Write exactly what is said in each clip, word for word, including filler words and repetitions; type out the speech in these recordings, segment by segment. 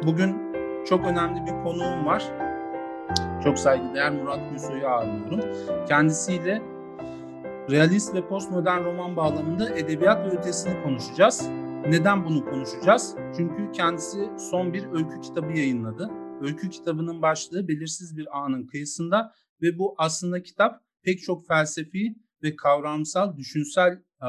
Bugün çok önemli bir konuğum var. Çok saygıdeğer Murat Gülsoy'u ağırlıyorum. Kendisiyle realist ve postmodern roman bağlamında edebiyat ve ötesini konuşacağız. Neden bunu konuşacağız? Çünkü kendisi son bir öykü kitabı yayınladı. Öykü kitabının başlığı Belirsiz Bir Anın Kıyısında ve bu aslında kitap pek çok felsefi ve kavramsal, düşünsel e,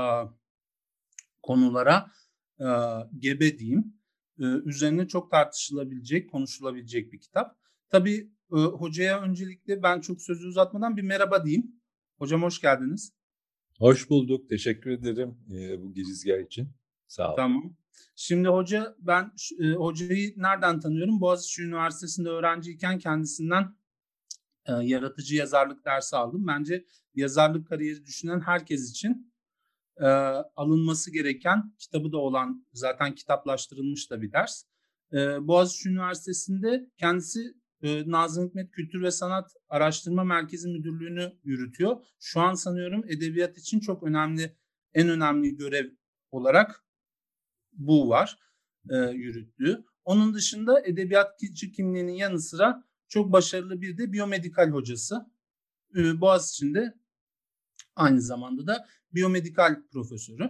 konulara e, gebe diyeyim. E, üzerine çok tartışılabilecek, konuşulabilecek bir kitap. Tabii e, hocaya öncelikle ben çok sözü uzatmadan bir merhaba diyeyim. Hocam hoş geldiniz. Hoş bulduk. Teşekkür ederim e, bu girizgah için. Sağ ol. Tamam. Şimdi hoca ben e, hocayı nereden tanıyorum? Boğaziçi Üniversitesi'nde öğrenciyken kendisinden e, yaratıcı yazarlık dersi aldım. Bence yazarlık kariyeri düşünen herkes için e, alınması gereken, kitabı da olan, zaten kitaplaştırılmış da bir ders. E, Boğaziçi Üniversitesi'nde kendisi e, Nazım Hikmet Kültür ve Sanat Araştırma Merkezi Müdürlüğü'nü yürütüyor. Şu an sanıyorum edebiyat için çok önemli, en önemli görev olarak bu var e, yürüttüğü. Onun dışında edebiyatçı kimliğinin yanı sıra çok başarılı bir de biyomedikal hocası. E, Boğaziçi'nde aynı zamanda da biyomedikal profesörü.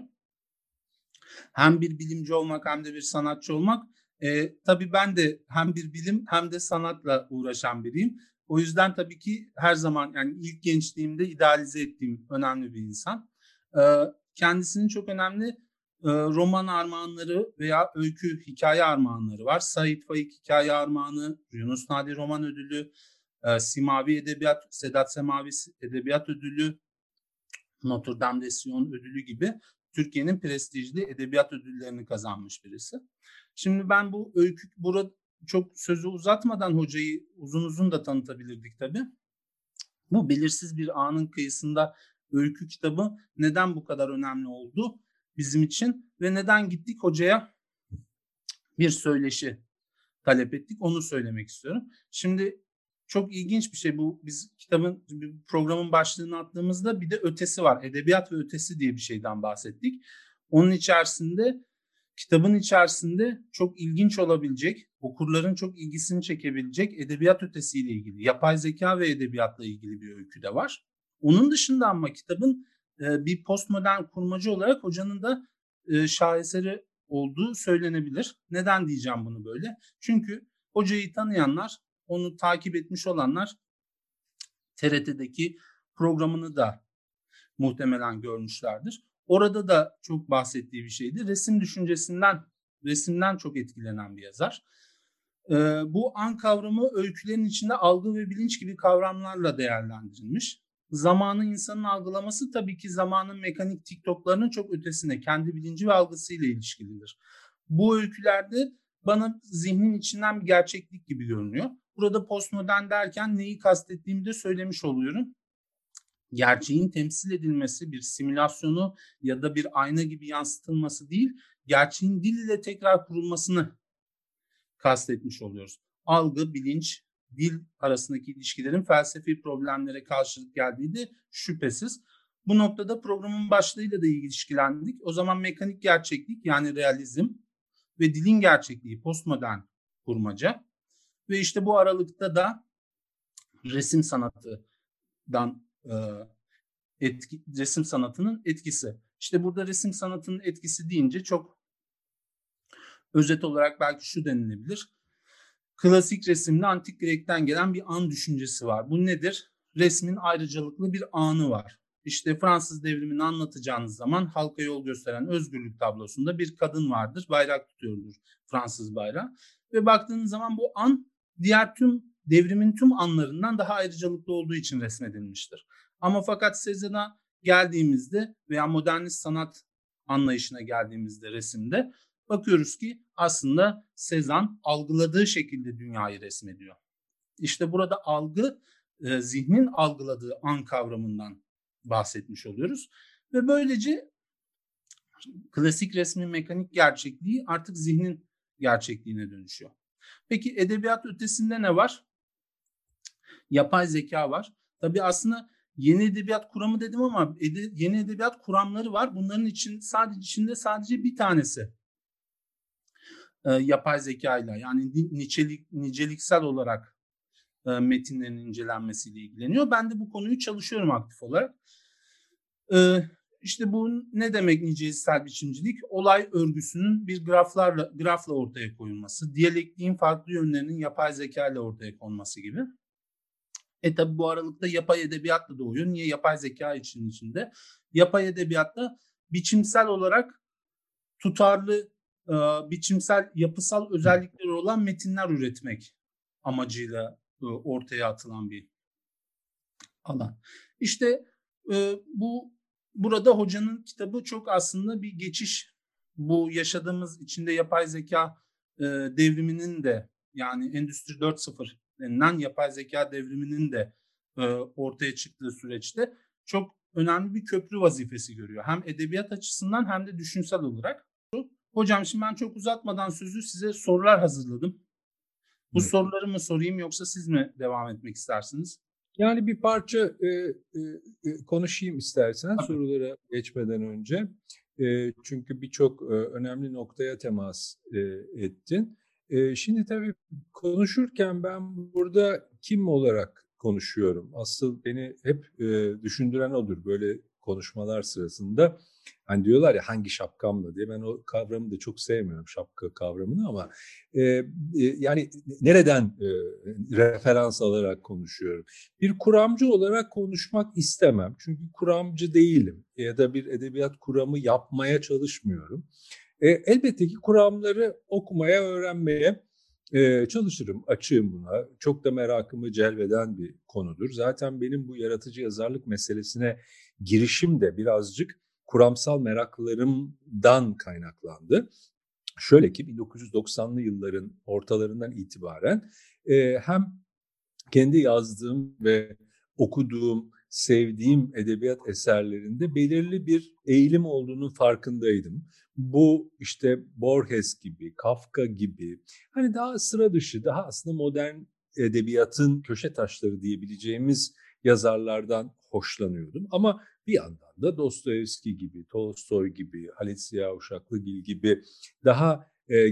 Hem bir bilimci olmak hem de bir sanatçı olmak. E, tabii ben de hem bir bilim hem de sanatla uğraşan biriyim. O yüzden tabii ki her zaman, yani ilk gençliğimde idealize ettiğim önemli bir insan. E, kendisinin çok önemli e, roman armağanları veya öykü, hikaye armağanları var. Said Faik Hikaye Armağanı, Yunus Nadi Roman Ödülü, e, Simavi Edebiyat, Sedat Semavi Edebiyat Ödülü, Notre Dame de Sion ödülü gibi Türkiye'nin prestijli edebiyat ödüllerini kazanmış birisi. Şimdi ben bu öykü, burada çok sözü uzatmadan hocayı uzun uzun da tanıtabilirdik tabii. Bu Belirsiz Bir Anın Kıyısında öykü kitabı neden bu kadar önemli oldu bizim için ve neden gittik hocaya bir söyleşi talep ettik, onu söylemek istiyorum. Şimdi çok ilginç bir şey bu, biz kitabın, programın başlığını attığımızda bir de ötesi var. Edebiyat ve ötesi diye bir şeyden bahsettik. Onun içerisinde, kitabın içerisinde çok ilginç olabilecek, okurların çok ilgisini çekebilecek edebiyat ötesiyle ilgili, yapay zeka ve edebiyatla ilgili bir öykü de var. Onun dışında ama kitabın e, bir postmodern kurmacı olarak hocanın da e, şaheseri olduğu söylenebilir. Neden diyeceğim bunu böyle? Çünkü hocayı tanıyanlar, onu takip etmiş olanlar T R T'deki programını da muhtemelen görmüşlerdir. Orada da çok bahsettiği bir şeydi. Resim düşüncesinden, resimden çok etkilenen bir yazar. Ee, bu an kavramı öykülerin içinde algı ve bilinç gibi kavramlarla değerlendirilmiş. Zamanı insanın algılaması tabii ki zamanın mekanik TikTok'larının çok ötesine, kendi bilinci ve algısıyla ilişkilidir. Bu öykülerde bana zihnin içinden bir gerçeklik gibi görünüyor. Burada postmodern derken neyi kastettiğimi de söylemiş oluyorum. Gerçeğin temsil edilmesi, bir simülasyonu ya da bir ayna gibi yansıtılması değil, gerçeğin dil ile tekrar kurulmasını kastetmiş oluyoruz. Algı, bilinç, dil arasındaki ilişkilerin felsefi problemlere karşılık geldiği de şüphesiz. Bu noktada programın başlığıyla da ilişkilendik. O zaman mekanik gerçeklik, yani realizm ve dilin gerçekliği, postmodern kurmaca. Ve işte bu aralıkta da resim sanatıdan e, etki, resim sanatının etkisi. İşte burada resim sanatının etkisi deyince çok özet olarak belki şu denilebilir. Klasik resimde antik Grek'ten gelen bir an düşüncesi var. Bu nedir? Resmin ayrıcalıklı bir anı var. İşte Fransız devrimini anlatacağınız zaman halka yol gösteren özgürlük tablosunda bir kadın vardır. Bayrak tutuyordur, Fransız bayrağı. Ve baktığınız zaman bu an diğer tüm devrimin tüm anlarından daha ayrıcalıklı olduğu için resmedilmiştir. Ama fakat Cézanne'a geldiğimizde veya modernist sanat anlayışına geldiğimizde resimde bakıyoruz ki aslında Cézanne algıladığı şekilde dünyayı resmediyor. İşte burada algı, e, zihnin algıladığı an kavramından bahsetmiş oluyoruz. Ve böylece klasik resmin mekanik gerçekliği artık zihnin gerçekliğine dönüşüyor. Peki edebiyat ötesinde ne var? Yapay zeka var. Tabii aslında yeni edebiyat kuramı dedim ama ede, yeni edebiyat kuramları var. Bunların için sadece içinde sadece bir tanesi e, yapay zeka ile, yani nicelik, niceliksel olarak e, metinlerin incelenmesiyle ilgileniyor. Ben de bu konuyu çalışıyorum aktif olarak. E, işte bu ne demek niceliksel biçimcilik? Olay örgüsünün bir graflarla grafla ortaya koyulması, diyalektiğin farklı yönlerinin yapay zeka ile ortaya konması gibi. E tabi bu aralıkta yapay edebiyat da doğuyor. Niye? Yapay zeka için içinde. Yapay edebiyatta biçimsel olarak tutarlı, e, biçimsel, yapısal özellikleri olan metinler üretmek amacıyla e, ortaya atılan bir alan. İşte e, bu burada hocanın kitabı çok aslında bir geçiş. Bu yaşadığımız içinde yapay zeka e, devriminin de, yani Endüstri dört nokta sıfır denilen yapay zeka devriminin de e, ortaya çıktığı süreçte çok önemli bir köprü vazifesi görüyor. Hem edebiyat açısından hem de düşünsel olarak. Hocam şimdi ben çok uzatmadan sözü size sorular hazırladım. Bu evet. Soruları mı sorayım yoksa siz mi devam etmek istersiniz? Yani bir parça e, e, konuşayım istersen Tabii. sorulara geçmeden önce. E, çünkü birçok e, önemli noktaya temas e, ettin. E, şimdi tabii konuşurken ben burada kim olarak konuşuyorum? Asıl beni hep e, düşündüren odur böyle konuşmalar sırasında. Hani diyorlar ya hangi şapkamla diye, ben o kavramı da çok sevmiyorum, şapka kavramını, ama e, e, yani nereden e, referans alarak konuşuyorum? Bir kuramcı olarak konuşmak istemem çünkü kuramcı değilim ya da bir edebiyat kuramı yapmaya çalışmıyorum. E, elbette ki kuramları okumaya, öğrenmeye e, çalışırım, açığım buna. Çok da merakımı celbeden bir konudur. Zaten benim bu yaratıcı yazarlık meselesine girişim de birazcık kuramsal meraklarımdan kaynaklandı. Şöyle ki bin dokuz yüz doksanlı yılların ortalarından itibaren e, hem kendi yazdığım ve okuduğum, sevdiğim edebiyat eserlerinde belirli bir eğilim olduğunun farkındaydım. Bu işte Borges gibi, Kafka gibi, hani daha sıra dışı, daha aslında modern edebiyatın köşe taşları diyebileceğimiz yazarlardan hoşlanıyordum. Ama bir yandan da Dostoyevski gibi, Tolstoy gibi, Halit Ziya Uşaklıgil gibi daha e, e,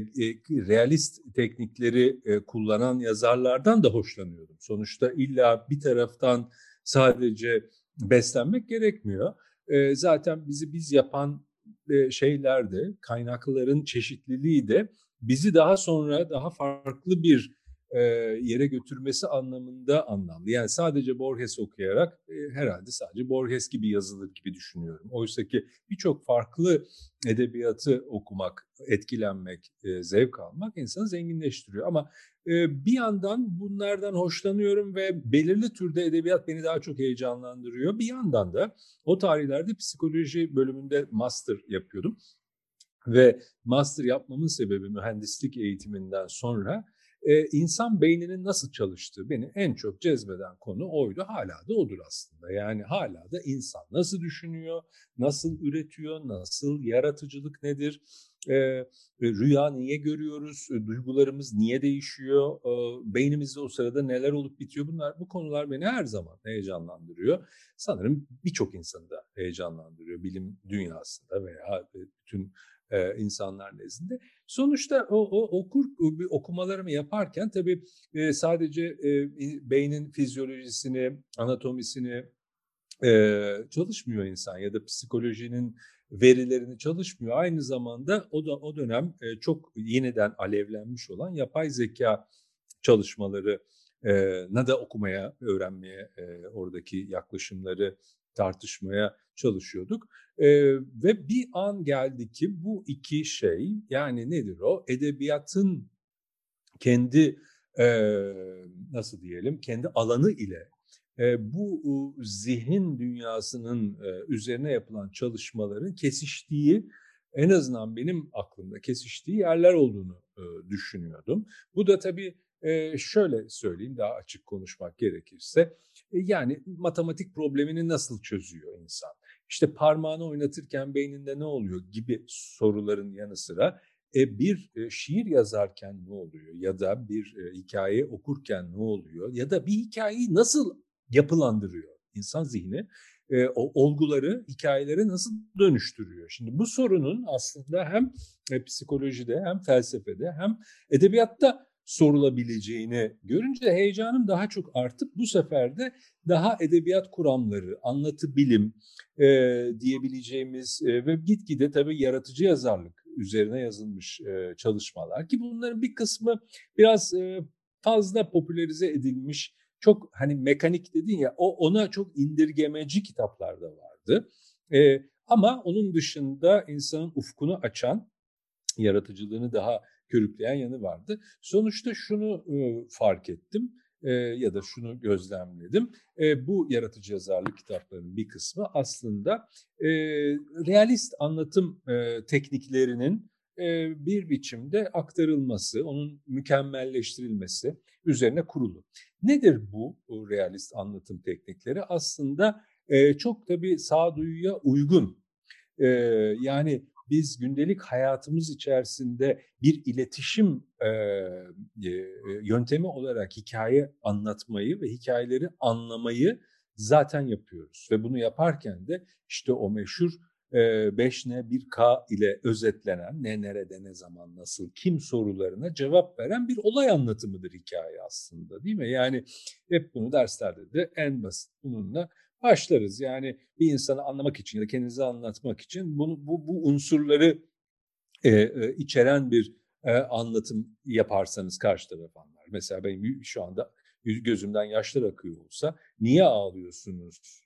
realist teknikleri e, kullanan yazarlardan da hoşlanıyordum. Sonuçta illa bir taraftan sadece beslenmek gerekmiyor. E, zaten bizi biz yapan e, şeyler de, kaynakların çeşitliliği de bizi daha sonra daha farklı bir e, yere götürmesi anlamında anlamlı. Yani sadece Borges okuyarak e, herhalde sadece Borges gibi yazılır gibi düşünüyorum. Oysa ki birçok farklı edebiyatı okumak, etkilenmek, e, zevk almak insanı zenginleştiriyor. Ama e, bir yandan bunlardan hoşlanıyorum ve belirli türde edebiyat beni daha çok heyecanlandırıyor. Bir yandan da o tarihlerde psikoloji bölümünde master yapıyordum. Ve master yapmamın sebebi mühendislik eğitiminden sonra e, insan beyninin nasıl çalıştığı beni en çok cezbeden konu oydu. Hala da odur aslında. Yani hala da insan nasıl düşünüyor, nasıl üretiyor, nasıl yaratıcılık nedir, e, rüya niye görüyoruz, e, duygularımız niye değişiyor, e, beynimizde o sırada neler olup bitiyor, bunlar bu konular beni her zaman heyecanlandırıyor. Sanırım birçok insanı da heyecanlandırıyor bilim dünyasında veya bütün e, insanlar nezdinde. Sonuçta o, o okur okumalarımı yaparken tabii e, sadece e, beynin fizyolojisini, anatomisini e, çalışmıyor insan ya da psikolojinin verilerini çalışmıyor. Aynı zamanda o da o dönem e, çok yeniden alevlenmiş olan yapay zeka çalışmaları e, na da okumaya, öğrenmeye, e, oradaki yaklaşımları tartışmaya çalışıyorduk. E, ve bir an geldi ki bu iki şey, yani nedir o? Edebiyatın kendi e, nasıl diyelim, kendi alanı ile e, bu zihin dünyasının e, üzerine yapılan çalışmaların kesiştiği, en azından benim aklımda kesiştiği yerler olduğunu e, düşünüyordum. Bu da tabii e, şöyle söyleyeyim, daha açık konuşmak gerekirse, e, yani matematik problemini nasıl çözüyor insan? İşte parmağını oynatırken beyninde ne oluyor gibi soruların yanı sıra e, bir e, şiir yazarken ne oluyor ya da bir e, hikaye okurken ne oluyor ya da bir hikayeyi nasıl yapılandırıyor insan zihni? e, o olguları hikayelere nasıl dönüştürüyor? Şimdi bu sorunun aslında hem e, psikolojide hem felsefede hem edebiyatta sorulabileceğini görünce heyecanım daha çok artıp bu sefer de daha edebiyat kuramları, anlatı bilim e, diyebileceğimiz e, ve gitgide tabii yaratıcı yazarlık üzerine yazılmış e, çalışmalar ki bunların bir kısmı biraz e, fazla popülerize edilmiş, çok hani mekanik dedin ya, o ona çok indirgemeci kitaplar da vardı. E, ama onun dışında insanın ufkunu açan, yaratıcılığını daha körükleyen yanı vardı. Sonuçta şunu e, fark ettim e, ya da şunu gözlemledim. E, bu yaratıcı yazarlık kitaplarının bir kısmı aslında e, realist anlatım e, tekniklerinin e, bir biçimde aktarılması, onun mükemmelleştirilmesi üzerine kurulu. Nedir bu, bu realist anlatım teknikleri? Aslında e, çok tabii sağduyuya uygun. E, yani biz gündelik hayatımız içerisinde bir iletişim e, e, yöntemi olarak hikaye anlatmayı ve hikayeleri anlamayı zaten yapıyoruz. Ve bunu yaparken de işte o meşhur e, beş N bir K ile özetlenen ne, nerede, ne zaman, nasıl, kim sorularına cevap veren bir olay anlatımıdır hikaye aslında, değil mi? Yani hep bunu derslerde de en basit bununla başlarız. Yani bir insanı anlamak için ya da kendinizi anlatmak için bunu, bu, bu unsurları e, e, içeren bir e, anlatım yaparsanız karşı taraf anlar. Mesela benim şu anda gözümden yaşlar akıyor olsa niye ağlıyorsunuz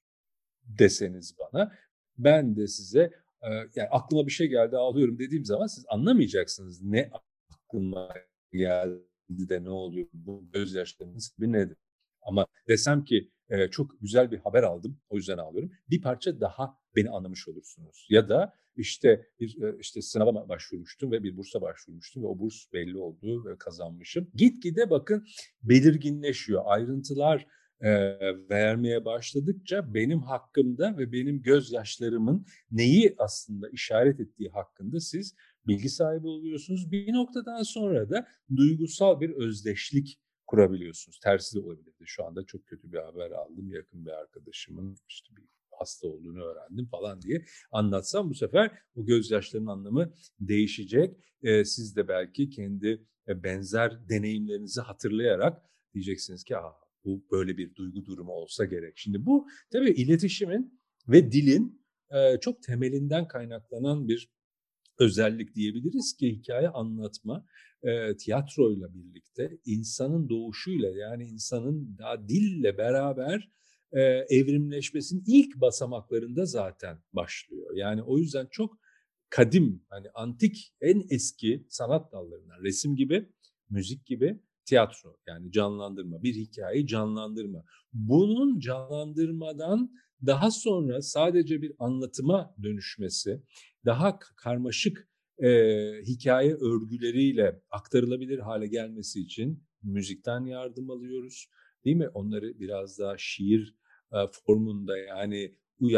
deseniz bana, ben de size e, yani aklıma bir şey geldi ağlıyorum dediğim zaman siz anlamayacaksınız ne aklıma geldi de ne oluyor, bu gözyaşlarının sebebi nedir? Ama desem ki e, çok güzel bir haber aldım o yüzden ağlıyorum, bir parça daha beni anlamış olursunuz. Ya da işte bir e, işte sınava başvurmuştum ve bir bursa başvurmuştum ve o burs belli oldu ve kazanmışım. Gitgide bakın belirginleşiyor, ayrıntılar e, vermeye başladıkça benim hakkımda ve benim gözyaşlarımın neyi aslında işaret ettiği hakkında siz bilgi sahibi oluyorsunuz. Bir noktadan sonra da duygusal bir özdeşlik kurabiliyorsunuz. Tersi de olabilirdi. Şu anda çok kötü bir haber aldım. Yakın bir arkadaşımın işte bir hasta olduğunu öğrendim falan diye anlatsam bu sefer o gözyaşlarının anlamı değişecek. Ee, siz de belki kendi benzer deneyimlerinizi hatırlayarak diyeceksiniz ki Aa, bu böyle bir duygu durumu olsa gerek. Şimdi bu tabii iletişimin ve dilin e, çok temelinden kaynaklanan bir özellik diyebiliriz ki hikaye anlatma e, tiyatroyla birlikte insanın doğuşuyla, yani insanın daha dille beraber e, evrimleşmesinin ilk basamaklarında zaten başlıyor. Yani o yüzden çok kadim, hani antik en eski sanat dallarından resim gibi, müzik gibi, tiyatro, yani canlandırma, bir hikayeyi canlandırma. Bunun canlandırmadan daha sonra sadece bir anlatıma dönüşmesi, daha karmaşık e, hikaye örgüleriyle aktarılabilir hale gelmesi için müzikten yardım alıyoruz, değil mi? Onları biraz daha şiir e, formunda, yani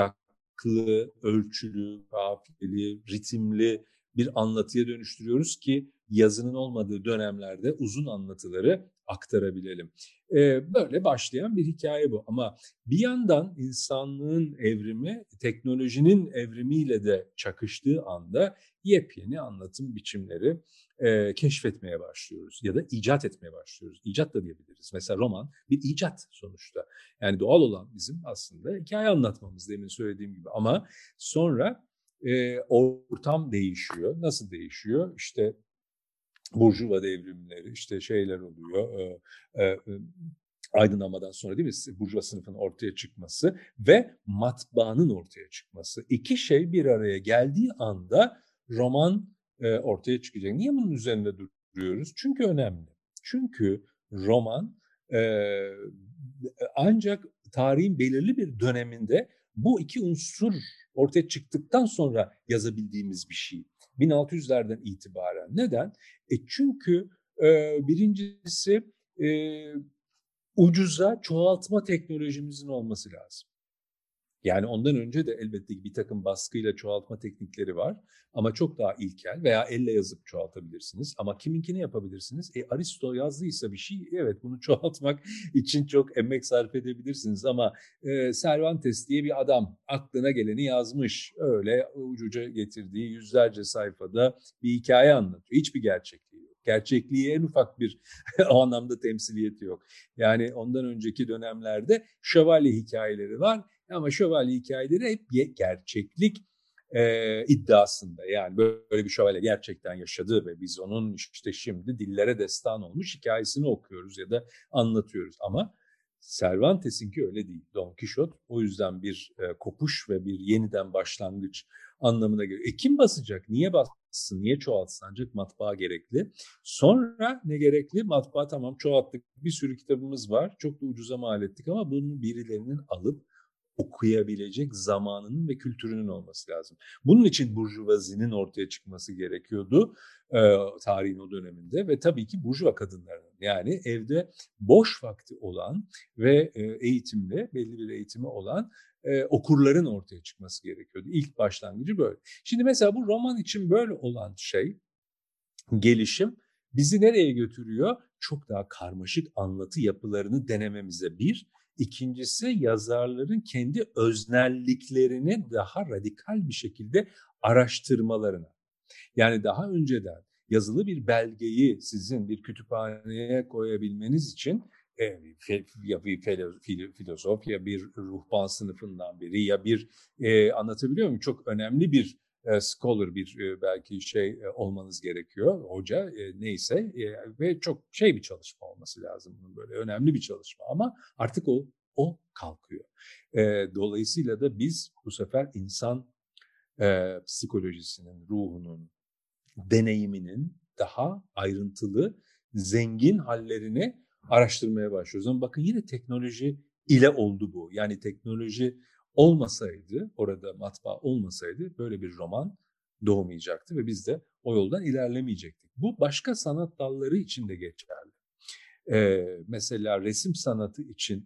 uyaklı, ölçülü, kafiyeli, ritimli bir anlatıya dönüştürüyoruz ki yazının olmadığı dönemlerde uzun anlatıları aktarabilelim. Ee, böyle başlayan bir hikaye bu. Ama bir yandan insanlığın evrimi teknolojinin evrimiyle de çakıştığı anda yepyeni anlatım biçimleri e, keşfetmeye başlıyoruz ya da icat etmeye başlıyoruz. İcat da diyebiliriz. Mesela roman bir icat sonuçta. Yani doğal olan bizim aslında hikaye anlatmamız, demin söylediğim gibi. Ama sonra e, ortam değişiyor. Nasıl değişiyor? İşte Burjuva devrimleri, işte şeyler oluyor, e, e, aydınlanmadan sonra, değil mi? Burjuva sınıfının ortaya çıkması ve matbaanın ortaya çıkması. İki şey bir araya geldiği anda roman e, ortaya çıkacak. Niye bunun üzerinde duruyoruz? Çünkü önemli. Çünkü roman e, ancak tarihin belirli bir döneminde bu iki unsur ortaya çıktıktan sonra yazabildiğimiz bir şey. bin altı yüzlerden itibaren. Neden? E çünkü e, birincisi e, ucuza çoğaltma teknolojimizin olması lazım. Yani ondan önce de elbette ki bir takım baskıyla çoğaltma teknikleri var ama çok daha ilkel veya elle yazıp çoğaltabilirsiniz. Ama kiminkini yapabilirsiniz? E, Aristo yazdıysa bir şey, evet, bunu çoğaltmak için çok emek sarf edebilirsiniz ama e, Cervantes diye bir adam aklına geleni yazmış. Öyle ucuca getirdiği yüzlerce sayfada bir hikaye anlatıyor. Hiçbir gerçekliği yok. Gerçekliği en ufak bir o anlamda temsiliyeti yok. Yani ondan önceki dönemlerde şövalye hikayeleri var. Ama şövalye hikayeleri hep gerçeklik e, iddiasında. Yani böyle bir şövalye gerçekten yaşadı ve biz onun işte şimdi dillere destan olmuş hikayesini okuyoruz ya da anlatıyoruz. Ama Cervantes'inki öyle değil. Don Quixote o yüzden bir e, kopuş ve bir yeniden başlangıç anlamına geliyor. E kim basacak? Niye bassın? Niye çoğaltsın? Ancak matbaa gerekli. Sonra ne gerekli? Matbaa tamam çoğalttık. Bir sürü kitabımız var. Çok da ucuza mal ettik ama bunun birilerinin alıp okuyabilecek zamanının ve kültürünün olması lazım. Bunun için burjuvazinin ortaya çıkması gerekiyordu e, tarihin o döneminde ve tabii ki burjuva kadınlarının, yani evde boş vakti olan ve e, eğitimli, belli bir eğitimi olan e, okurların ortaya çıkması gerekiyordu. İlk başlangıcı böyle. Şimdi mesela bu roman için böyle olan şey, gelişim bizi nereye götürüyor? Çok daha karmaşık anlatı yapılarını denememize bir. İkincisi yazarların kendi öznelliklerini daha radikal bir şekilde araştırmalarına. Yani daha önceden yazılı bir belgeyi sizin bir kütüphaneye koyabilmeniz için e, ya bir filozof ya bir ruhban sınıfından biri ya bir e, anlatabiliyor muyum? Çok önemli bir e, scholar, bir e, belki şey e, olmanız gerekiyor, hoca e, neyse e, ve çok şey bir çalışma olması lazım, bunun böyle önemli bir çalışma ama artık o o kalkıyor. E, dolayısıyla da biz bu sefer insan e, psikolojisinin, ruhunun, deneyiminin daha ayrıntılı, zengin hallerini araştırmaya başlıyoruz. Ama bakın yine teknoloji ile oldu bu. Yani teknoloji olmasaydı, orada matbaa olmasaydı böyle bir roman doğmayacaktı ve biz de o yoldan ilerlemeyecektik. Bu başka sanat dalları için de geçerli. Ee, mesela resim sanatı için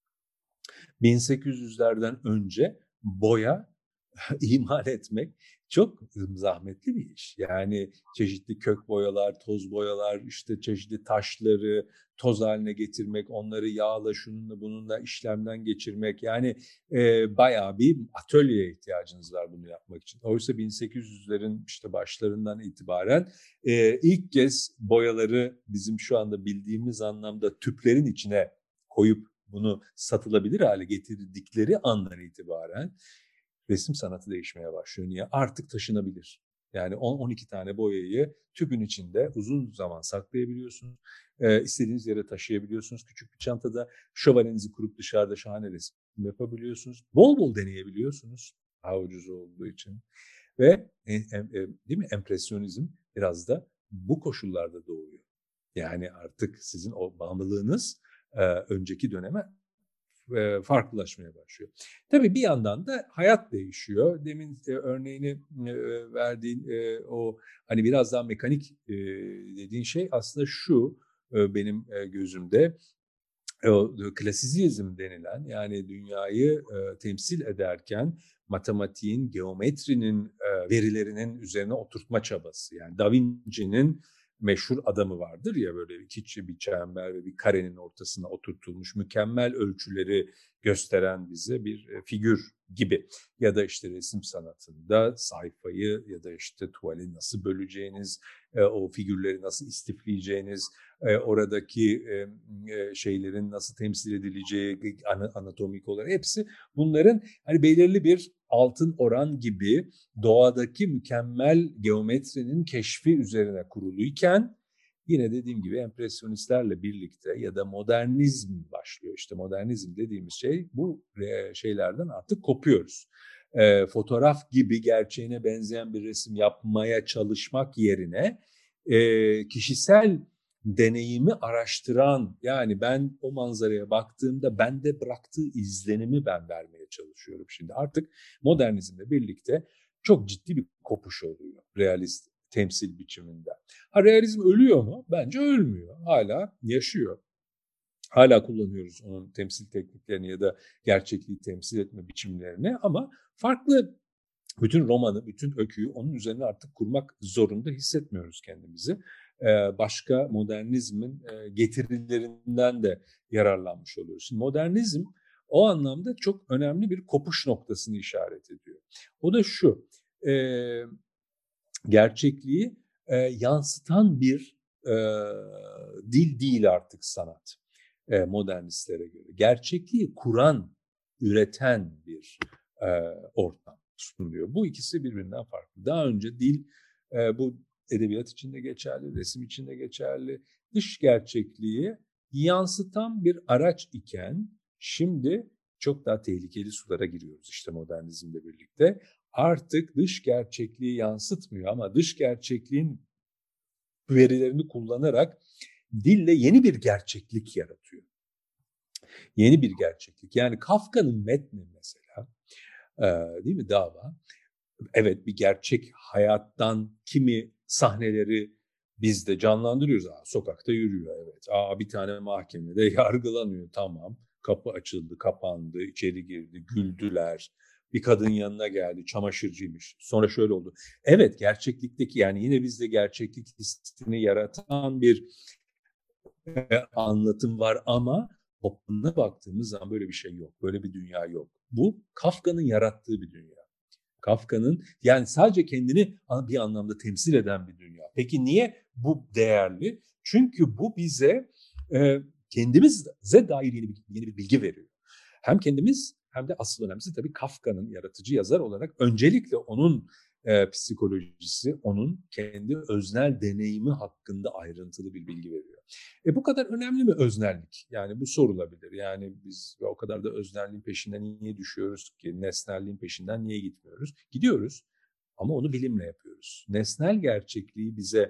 bin sekiz yüzlerden önce boya imal etmek çok zahmetli bir iş. Yani çeşitli kök boyalar, toz boyalar, işte çeşitli taşları toz haline getirmek, onları yağla, şununla bununla işlemden geçirmek. Yani e, bayağı bir atölyeye ihtiyacınız var bunu yapmak için. Oysa bin sekiz yüzlerin işte başlarından itibaren e, ilk kez boyaları bizim şu anda bildiğimiz anlamda tüplerin içine koyup bunu satılabilir hale getirdikleri andan itibaren resim sanatı değişmeye başlıyor. Niye? Artık taşınabilir. Yani on on iki tane boyayı tüpün içinde uzun zaman saklayabiliyorsunuz. Ee, istediğiniz yere taşıyabiliyorsunuz. Küçük bir çantada şövalyenizi kurup dışarıda şahane resim yapabiliyorsunuz. Bol bol deneyebiliyorsunuz. Daha ucuz olduğu için. Ve e, e, değil mi? Empresyonizm biraz da bu koşullarda doğuyor. Yani artık sizin o bağımlılığınız e, önceki döneme e, farklılaşmaya başlıyor. Tabii bir yandan da hayat değişiyor. Demin e, örneğini e, verdiğin e, o hani biraz daha mekanik e, dediğin şey aslında şu e, benim e, gözümde o klasizizm denilen, yani dünyayı e, temsil ederken matematiğin, geometrinin e, verilerinin üzerine oturtma çabası. Yani Da Vinci'nin meşhur adamı vardır ya, böyle iki bir çember ve bir karenin ortasına oturtulmuş mükemmel ölçüleri gösteren bize bir e, figür gibi. Ya da işte resim sanatında sayfayı ya da işte tuvali nasıl böleceğiniz, e, o figürleri nasıl istifleyeceğiniz, e, oradaki e, e, şeylerin nasıl temsil edileceği anatomik olarak, hepsi bunların hani belirli bir altın oran gibi doğadaki mükemmel geometrinin keşfi üzerine kuruluyken, yine dediğim gibi empresyonistlerle birlikte ya da modernizm başlıyor. İşte modernizm dediğimiz şey, bu şeylerden artık kopuyoruz. E, fotoğraf gibi gerçeğine benzeyen bir resim yapmaya çalışmak yerine e, kişisel deneyimi araştıran, yani ben o manzaraya baktığımda bende bıraktığı izlenimi ben vermeye çalışıyorum şimdi. Artık modernizmle birlikte çok ciddi bir kopuş oluyor realist temsil biçiminden. Ha, realizm ölüyor mu? Bence ölmüyor. Hala yaşıyor. Hala kullanıyoruz onun temsil tekniklerini ya da gerçekliği temsil etme biçimlerini ama farklı, bütün romanı, bütün öyküyü onun üzerine artık kurmak zorunda hissetmiyoruz kendimizi. Başka modernizmin getirilerinden de yararlanmış oluyoruz. Şimdi modernizm o anlamda çok önemli bir kopuş noktasını işaret ediyor. O da şu, gerçekliği yansıtan bir dil değil artık sanat modernistlere göre. Gerçekliği kuran, üreten bir ortam sunuluyor. Bu ikisi birbirinden farklı. Daha önce dil, bu edebiyat için de geçerli, resim için de geçerli, dış gerçekliği yansıtan bir araç iken şimdi çok daha tehlikeli sulara giriyoruz işte modernizmle birlikte. Artık dış gerçekliği yansıtmıyor ama dış gerçekliğin verilerini kullanarak dille yeni bir gerçeklik yaratıyor. Yeni bir gerçeklik. Yani Kafka'nın metni mesela, değil mi, Dava? Evet, bir gerçek hayattan kimi sahneleri biz de canlandırıyoruz. Aa, sokakta yürüyor, evet. Aa, bir tane mahkemede yargılanıyor, tamam. Kapı açıldı, kapandı, içeri girdi, güldüler. Bir kadın yanına geldi, çamaşırcıymış. Sonra şöyle oldu. Evet, gerçeklikteki, yani yine bizde gerçeklik hissini yaratan bir e, anlatım var ama toplumuna baktığımız zaman böyle bir şey yok. Böyle bir dünya yok. Bu Kafka'nın yarattığı bir dünya. Kafka'nın, yani sadece kendini bir anlamda temsil eden bir dünya. Peki niye bu değerli? Çünkü bu bize e, kendimize dair yeni bir, yeni bir bilgi veriyor. Hem kendimiz hem de asıl önemlisi tabii Kafka'nın yaratıcı yazar olarak öncelikle onun e, psikolojisi, onun kendi öznel deneyimi hakkında ayrıntılı bir bilgi veriyor. E bu kadar önemli mi öznellik? Yani bu sorulabilir. Yani biz o kadar da öznelliğin peşinden niye düşüyoruz ki? Nesnelliğin peşinden niye gitmiyoruz? Gidiyoruz ama onu bilimle yapıyoruz. Nesnel gerçekliği bize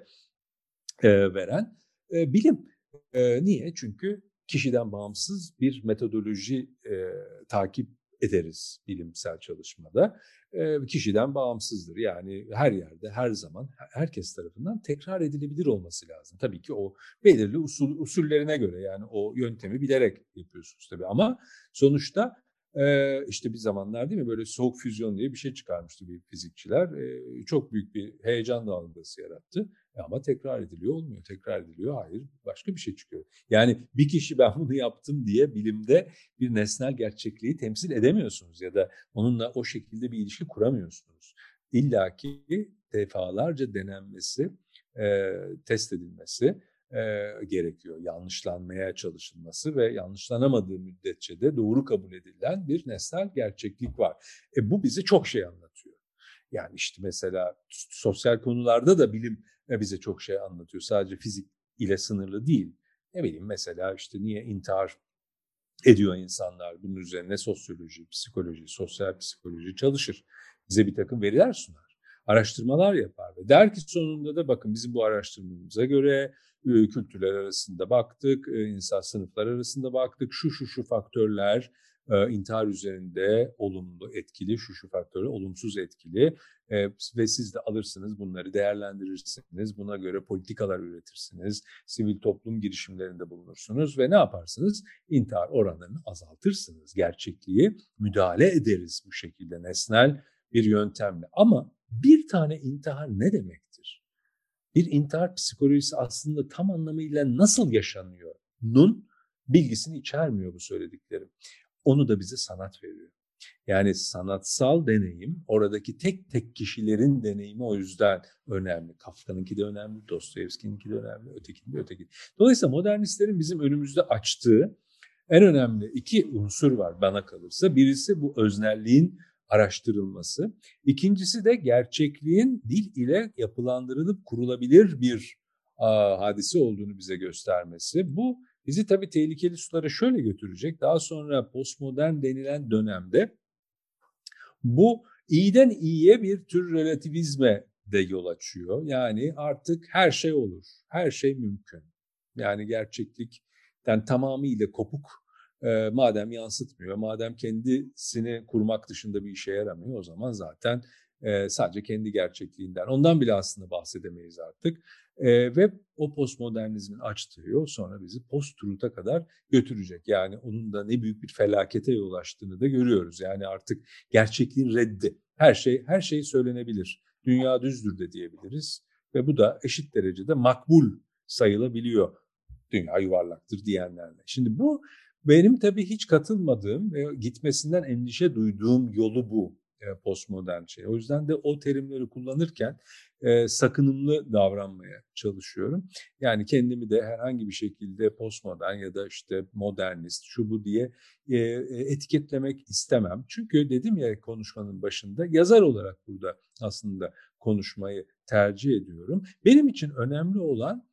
e, veren e, bilim. E, niye? Çünkü kişiden bağımsız bir metodoloji e, takip ederiz bilimsel çalışmada. E, kişiden bağımsızdır. Yani her yerde, her zaman, herkes tarafından tekrar edilebilir olması lazım. Tabii ki o belirli usul, usullerine göre, yani o yöntemi bilerek yapıyorsunuz tabii. Ama sonuçta e, işte bir zamanlar, değil mi, böyle soğuk füzyon diye bir şey çıkarmıştı bir fizikçiler. E, çok büyük bir heyecan dalgası yarattı. Ama tekrar ediliyor, olmuyor. Tekrar ediliyor, hayır, başka bir şey çıkıyor. Yani bir kişi ben bunu yaptım diye bilimde bir nesnel gerçekliği temsil edemiyorsunuz ya da onunla o şekilde bir ilişki kuramıyorsunuz. İlla ki defalarca denenmesi, e, test edilmesi e, gerekiyor. Yanlışlanmaya çalışılması ve yanlışlanamadığı müddetçe de doğru kabul edilen bir nesnel gerçeklik var. E, bu bize çok şey anlatıyor. Yani işte mesela sosyal konularda da bilim bize çok şey anlatıyor. Sadece fizik ile sınırlı değil. Ne bileyim, mesela işte niye intihar ediyor insanlar? Bunun üzerine sosyoloji, psikoloji, sosyal psikoloji çalışır. Bize bir takım veriler sunar. Araştırmalar yapar ve der ki sonunda da bakın bizim bu araştırmamıza göre kültürler arasında baktık, insan sınıflar arasında baktık, şu şu şu faktörler intihar üzerinde olumlu etkili, şu şu faktörler olumsuz etkili ve siz de alırsınız bunları değerlendirirsiniz, buna göre politikalar üretirsiniz, sivil toplum girişimlerinde bulunursunuz ve ne yaparsınız? İntihar oranlarını azaltırsınız, gerçekliği müdahale ederiz bu şekilde nesnel bir yöntemle. Ama bir tane intihar ne demektir? Bir intihar psikolojisi aslında tam anlamıyla nasıl yaşanıyor? Nun bilgisini içermiyor bu söylediklerim. Onu da bize sanat veriyor. Yani sanatsal deneyim, oradaki tek tek kişilerin deneyimi o yüzden önemli. Kafka'nınki de önemli, Dostoyevski'ninki de önemli, ötekinin de öteki. Dolayısıyla modernistlerin bizim önümüzde açtığı en önemli iki unsur var bana kalırsa. Birisi bu öznelliğin araştırılması. İkincisi de gerçekliğin dil ile yapılandırılıp kurulabilir bir a, hadise olduğunu bize göstermesi. Bu bizi tabii tehlikeli sulara şöyle götürecek. Daha sonra postmodern denilen dönemde bu iyiden iyiye bir tür relativizme de yol açıyor. Yani artık her şey olur, her şey mümkün. Yani gerçeklikten tamamıyla kopuk, e, madem yansıtmıyor, madem kendisini kurmak dışında bir işe yaramıyor, o zaman zaten E, sadece kendi gerçekliğinden. Ondan bile aslında bahsedemeyiz artık. E, ve o postmodernizmin açtığı yol sonra bizi post-truth'a kadar götürecek. Yani onun da ne büyük bir felakete yol açtığını da görüyoruz. Yani artık gerçekliğin reddi. Her şey her şey söylenebilir. Dünya düzdür de diyebiliriz. Ve bu da eşit derecede makbul sayılabiliyor. Dünya yuvarlaktır diyenlerle. Şimdi bu benim tabii hiç katılmadığım ve gitmesinden endişe duyduğum yolu bu postmodern şey. O yüzden de o terimleri kullanırken e, sakınımlı davranmaya çalışıyorum. Yani kendimi de herhangi bir şekilde postmodern ya da işte modernist şu bu diye e, etiketlemek istemem. Çünkü dedim ya konuşmanın başında yazar olarak burada aslında konuşmayı tercih ediyorum. Benim için önemli olan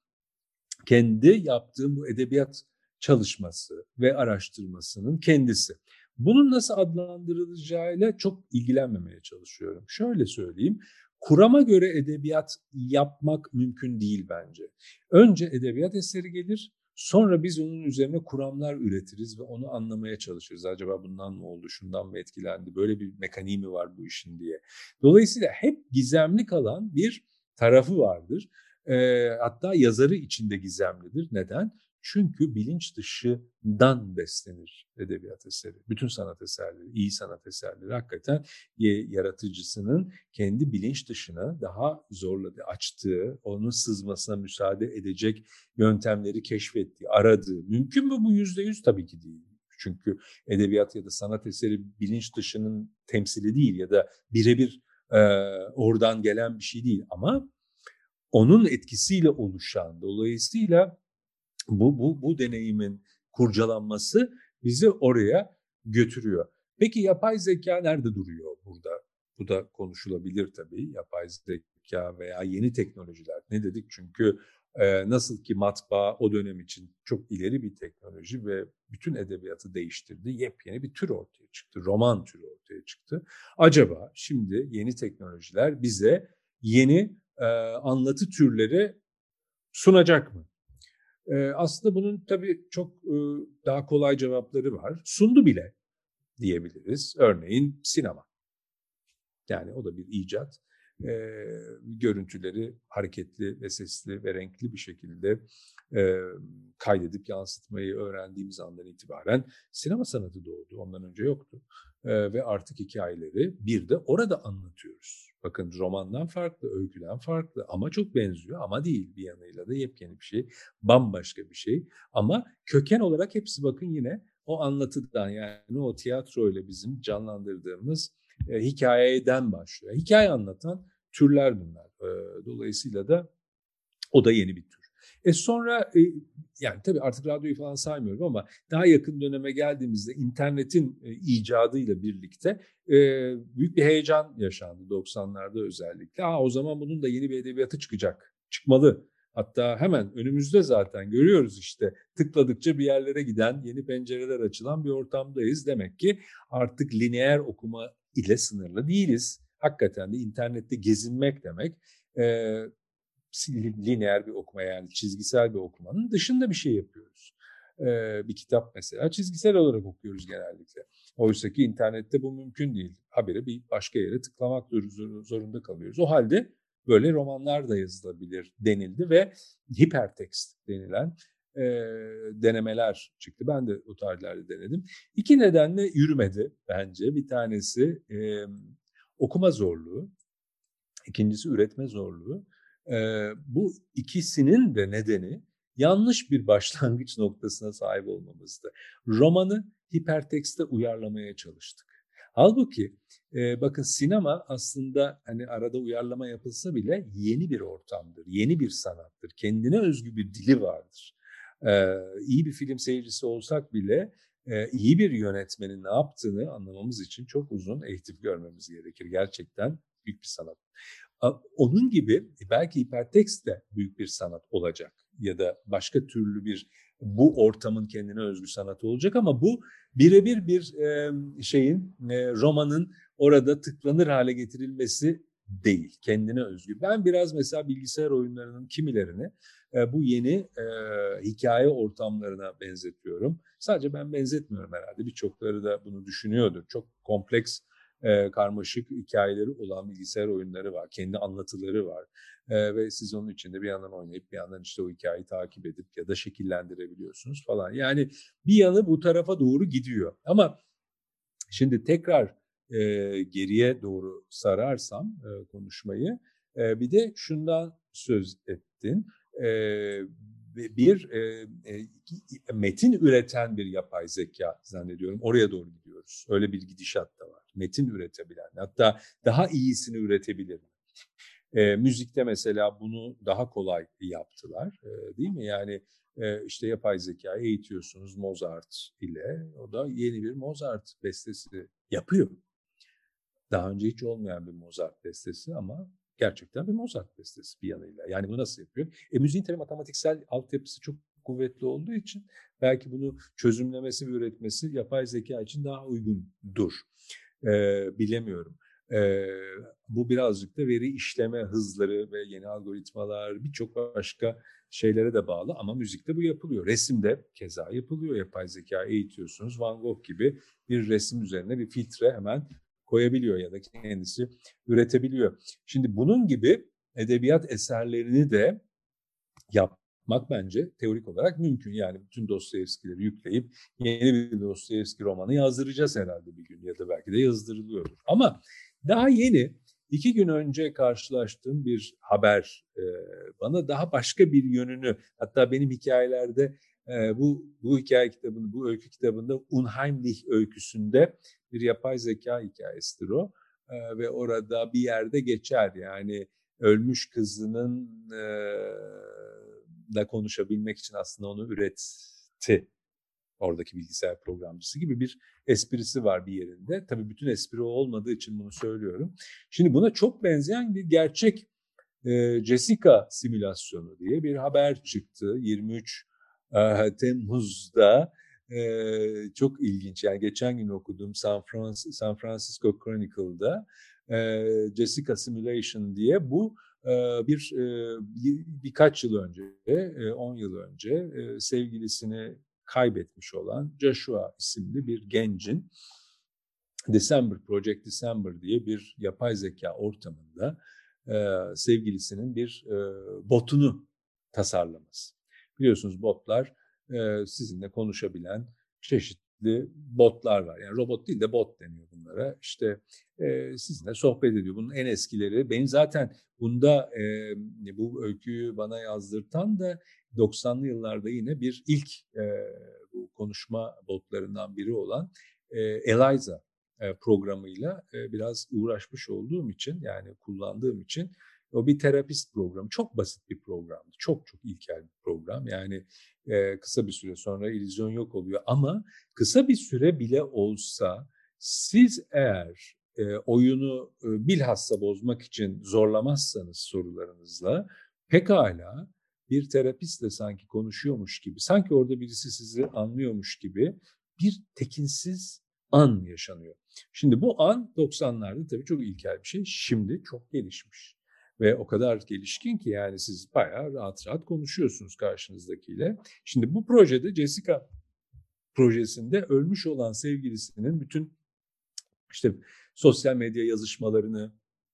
kendi yaptığım bu edebiyat çalışması ve araştırmasının kendisi. Bunun nasıl adlandırılacağıyla çok ilgilenmemeye çalışıyorum. Şöyle söyleyeyim, kurama göre edebiyat yapmak mümkün değil bence. Önce edebiyat eseri gelir, sonra biz onun üzerine kuramlar üretiriz ve onu anlamaya çalışırız. Acaba bundan mı oldu, şundan mı etkilendi, böyle bir mekaniği mi var bu işin diye. Dolayısıyla hep gizemli kalan bir tarafı vardır. E, hatta yazarı içinde gizemlidir. Neden? Çünkü bilinç dışından beslenir edebiyat eseri. Bütün sanat eserleri, iyi sanat eserleri hakikaten yaratıcısının kendi bilinç dışına daha zorladığı, açtığı, onun sızmasına müsaade edecek yöntemleri keşfettiği, aradığı. Mümkün mü bu yüzde yüz? Tabii ki değil. Çünkü edebiyat ya da sanat eseri bilinç dışının temsili değil ya da birebir e, oradan gelen bir şey değil. Ama onun etkisiyle oluşan, dolayısıyla bu, bu, bu deneyimin kurcalanması bizi oraya götürüyor. Peki yapay zeka nerede duruyor burada? Bu da konuşulabilir tabii. Yapay zeka veya yeni teknolojiler. Ne dedik? Çünkü e, nasıl ki matbaa o dönem için çok ileri bir teknoloji ve bütün edebiyatı değiştirdi. Yepyeni bir tür ortaya çıktı. Roman türü ortaya çıktı. Acaba şimdi yeni teknolojiler bize yeni e, anlatı türleri sunacak mı? Ee, aslında bunun tabii çok e, daha kolay cevapları var. Sundu bile diyebiliriz. Örneğin sinema. Yani o da bir icat. Ee, görüntüleri hareketli ve sesli ve renkli bir şekilde e, kaydedip yansıtmayı öğrendiğimiz andan itibaren sinema sanatı doğdu. Ondan önce yoktu. Ee, ve artık hikayeleri bir de orada anlatıyoruz. Bakın romandan farklı, öyküden farklı ama çok benziyor ama değil bir yanıyla da yepyeni bir şey, bambaşka bir şey. Ama köken olarak hepsi bakın yine o anlatıdan yani o tiyatroyla bizim canlandırdığımız e, hikayeden başlıyor. Hikaye anlatan türler bunlar. E, dolayısıyla da o da yeni bir tür. E sonra e, yani tabii artık radyoyu falan saymıyorum ama daha yakın döneme geldiğimizde internetin e, icadıyla birlikte e, büyük bir heyecan yaşandı doksanlarda özellikle. Aa, o zaman bunun da yeni bir edebiyatı çıkacak, çıkmalı. Hatta hemen önümüzde zaten görüyoruz işte tıkladıkça bir yerlere giden, yeni pencereler açılan bir ortamdayız. Demek ki artık lineer okuma ile sınırlı değiliz. Hakikaten de internette gezinmek demek e, lineer bir okuma yani çizgisel bir okumanın dışında bir şey yapıyoruz. Ee, bir kitap mesela çizgisel olarak okuyoruz genellikle. Oysa ki internette bu mümkün değil. Haberi bir başka yere tıklamak zorunda kalıyoruz. O halde böyle romanlar da yazılabilir denildi ve hipertekst denilen e, denemeler çıktı. Ben de o tarihlerde denedim. İki nedenle yürümedi bence. Bir tanesi e, okuma zorluğu, ikincisi üretme zorluğu. Ee, bu ikisinin de nedeni yanlış bir başlangıç noktasına sahip olmamızdı. Romanı hipertekste uyarlamaya çalıştık. Halbuki e, bakın sinema aslında hani arada uyarlama yapılsa bile yeni bir ortamdır, yeni bir sanattır. Kendine özgü bir dili vardır. Ee, iyi bir film seyircisi olsak bile e, iyi bir yönetmenin ne yaptığını anlamamız için çok uzun eğitim görmemiz gerekir. Gerçekten büyük bir sanat. Onun gibi belki hipertekst de büyük bir sanat olacak ya da başka türlü bir bu ortamın kendine özgü sanatı olacak ama bu birebir bir e, şeyin e, romanın orada tıklanır hale getirilmesi değil, kendine özgü. Ben biraz mesela bilgisayar oyunlarının kimilerini e, bu yeni e, hikaye ortamlarına benzetiyorum. Sadece ben benzetmiyorum herhalde. Birçokları da bunu düşünüyordur. Çok kompleks e, karmaşık hikayeleri olan bilgisayar oyunları var. Kendi anlatıları var. E, ve siz onun içinde bir yandan oynayıp bir yandan işte o hikayeyi takip edip ya da şekillendirebiliyorsunuz falan. Yani bir yanı bu tarafa doğru gidiyor. Ama şimdi tekrar e, geriye doğru sararsam e, konuşmayı, e, bir de şundan söz ettin. E, bir e, e, metin üreten bir yapay zeka zannediyorum. Oraya doğru gidiyoruz. Öyle bir gidişat da var. Metin üretebilen, hatta daha iyisini üretebilir. E, müzikte mesela bunu daha kolay yaptılar, e, değil mi? Yani e, işte yapay zekayı eğitiyorsunuz Mozart ile, o da yeni bir Mozart bestesi yapıyor. Daha önce hiç olmayan bir Mozart bestesi ama gerçekten bir Mozart bestesi bir yanıyla. Yani bunu nasıl yapıyor? E, müziğin tabii matematiksel altyapısı çok kuvvetli olduğu için belki bunu çözümlemesi ve üretmesi yapay zeka için daha uygundur. E, bilemiyorum. Ee, bu birazcık da veri işleme hızları ve yeni algoritmalar, birçok başka şeylere de bağlı ama müzikte bu yapılıyor. Resimde keza yapılıyor. Yapay zeka eğitiyorsunuz. Van Gogh gibi bir resim üzerine bir filtre hemen koyabiliyor ya da kendisi üretebiliyor. Şimdi bunun gibi edebiyat eserlerini de yapmak bence teorik olarak mümkün. Yani bütün Dostoyevski'leri yükleyip yeni bir Dostoyevski romanı yazdıracağız herhalde bir gün ya da belki de yazdırılıyordur. Ama daha yeni iki gün önce karşılaştığım bir haber e, bana daha başka bir yönünü, hatta benim hikayelerde e, bu bu hikaye kitabında, bu öykü kitabında Unheimlich öyküsünde bir yapay zeka hikayesidir o. E, ve orada bir yerde geçer, yani ölmüş kızının e, da konuşabilmek için aslında onu üretti. Oradaki bilgisayar programcısı gibi bir esprisi var bir yerinde. Tabii bütün espri o olmadığı için bunu söylüyorum. Şimdi buna çok benzeyen bir gerçek e, Jessica simülasyonu diye bir haber çıktı. yirmi üç e, Temmuz'da e, çok ilginç. Yani geçen gün okudum San, Frans- San Francisco Chronicle'da e, Jessica Simulation diye bu e, bir, e, bir birkaç yıl önce, e, on yıl önce e, sevgilisini kaybetmiş olan Joshua isimli bir gencin December, Project December diye bir yapay zeka ortamında e, sevgilisinin bir e, botunu tasarlaması. Biliyorsunuz botlar e, sizinle konuşabilen çeşitli botlar var. Yani robot değil de bot deniyor bunlara. İşte e, sizinle sohbet ediyor. Bunun en eskileri, benim zaten bunda e, bu öyküyü bana yazdırtan da doksanlı yıllarda yine bir ilk e, bu konuşma botlarından biri olan e, Eliza programıyla biraz uğraşmış olduğum için, yani kullandığım için, o bir terapist programı. Çok basit bir programdı. Çok çok ilkel bir program. Yani kısa bir süre sonra illüzyon yok oluyor ama kısa bir süre bile olsa siz eğer oyunu bilhassa bozmak için zorlamazsanız sorularınızla, pekala bir terapistle sanki konuşuyormuş gibi, sanki orada birisi sizi anlıyormuş gibi bir tekinsiz an yaşanıyor. Şimdi bu an doksanlarda tabii çok ilkel bir şey. Şimdi çok gelişmiş. Ve o kadar gelişkin ki yani siz bayağı rahat rahat konuşuyorsunuz karşınızdakiyle. Şimdi bu projede, Jessica projesinde, ölmüş olan sevgilisinin bütün işte sosyal medya yazışmalarını,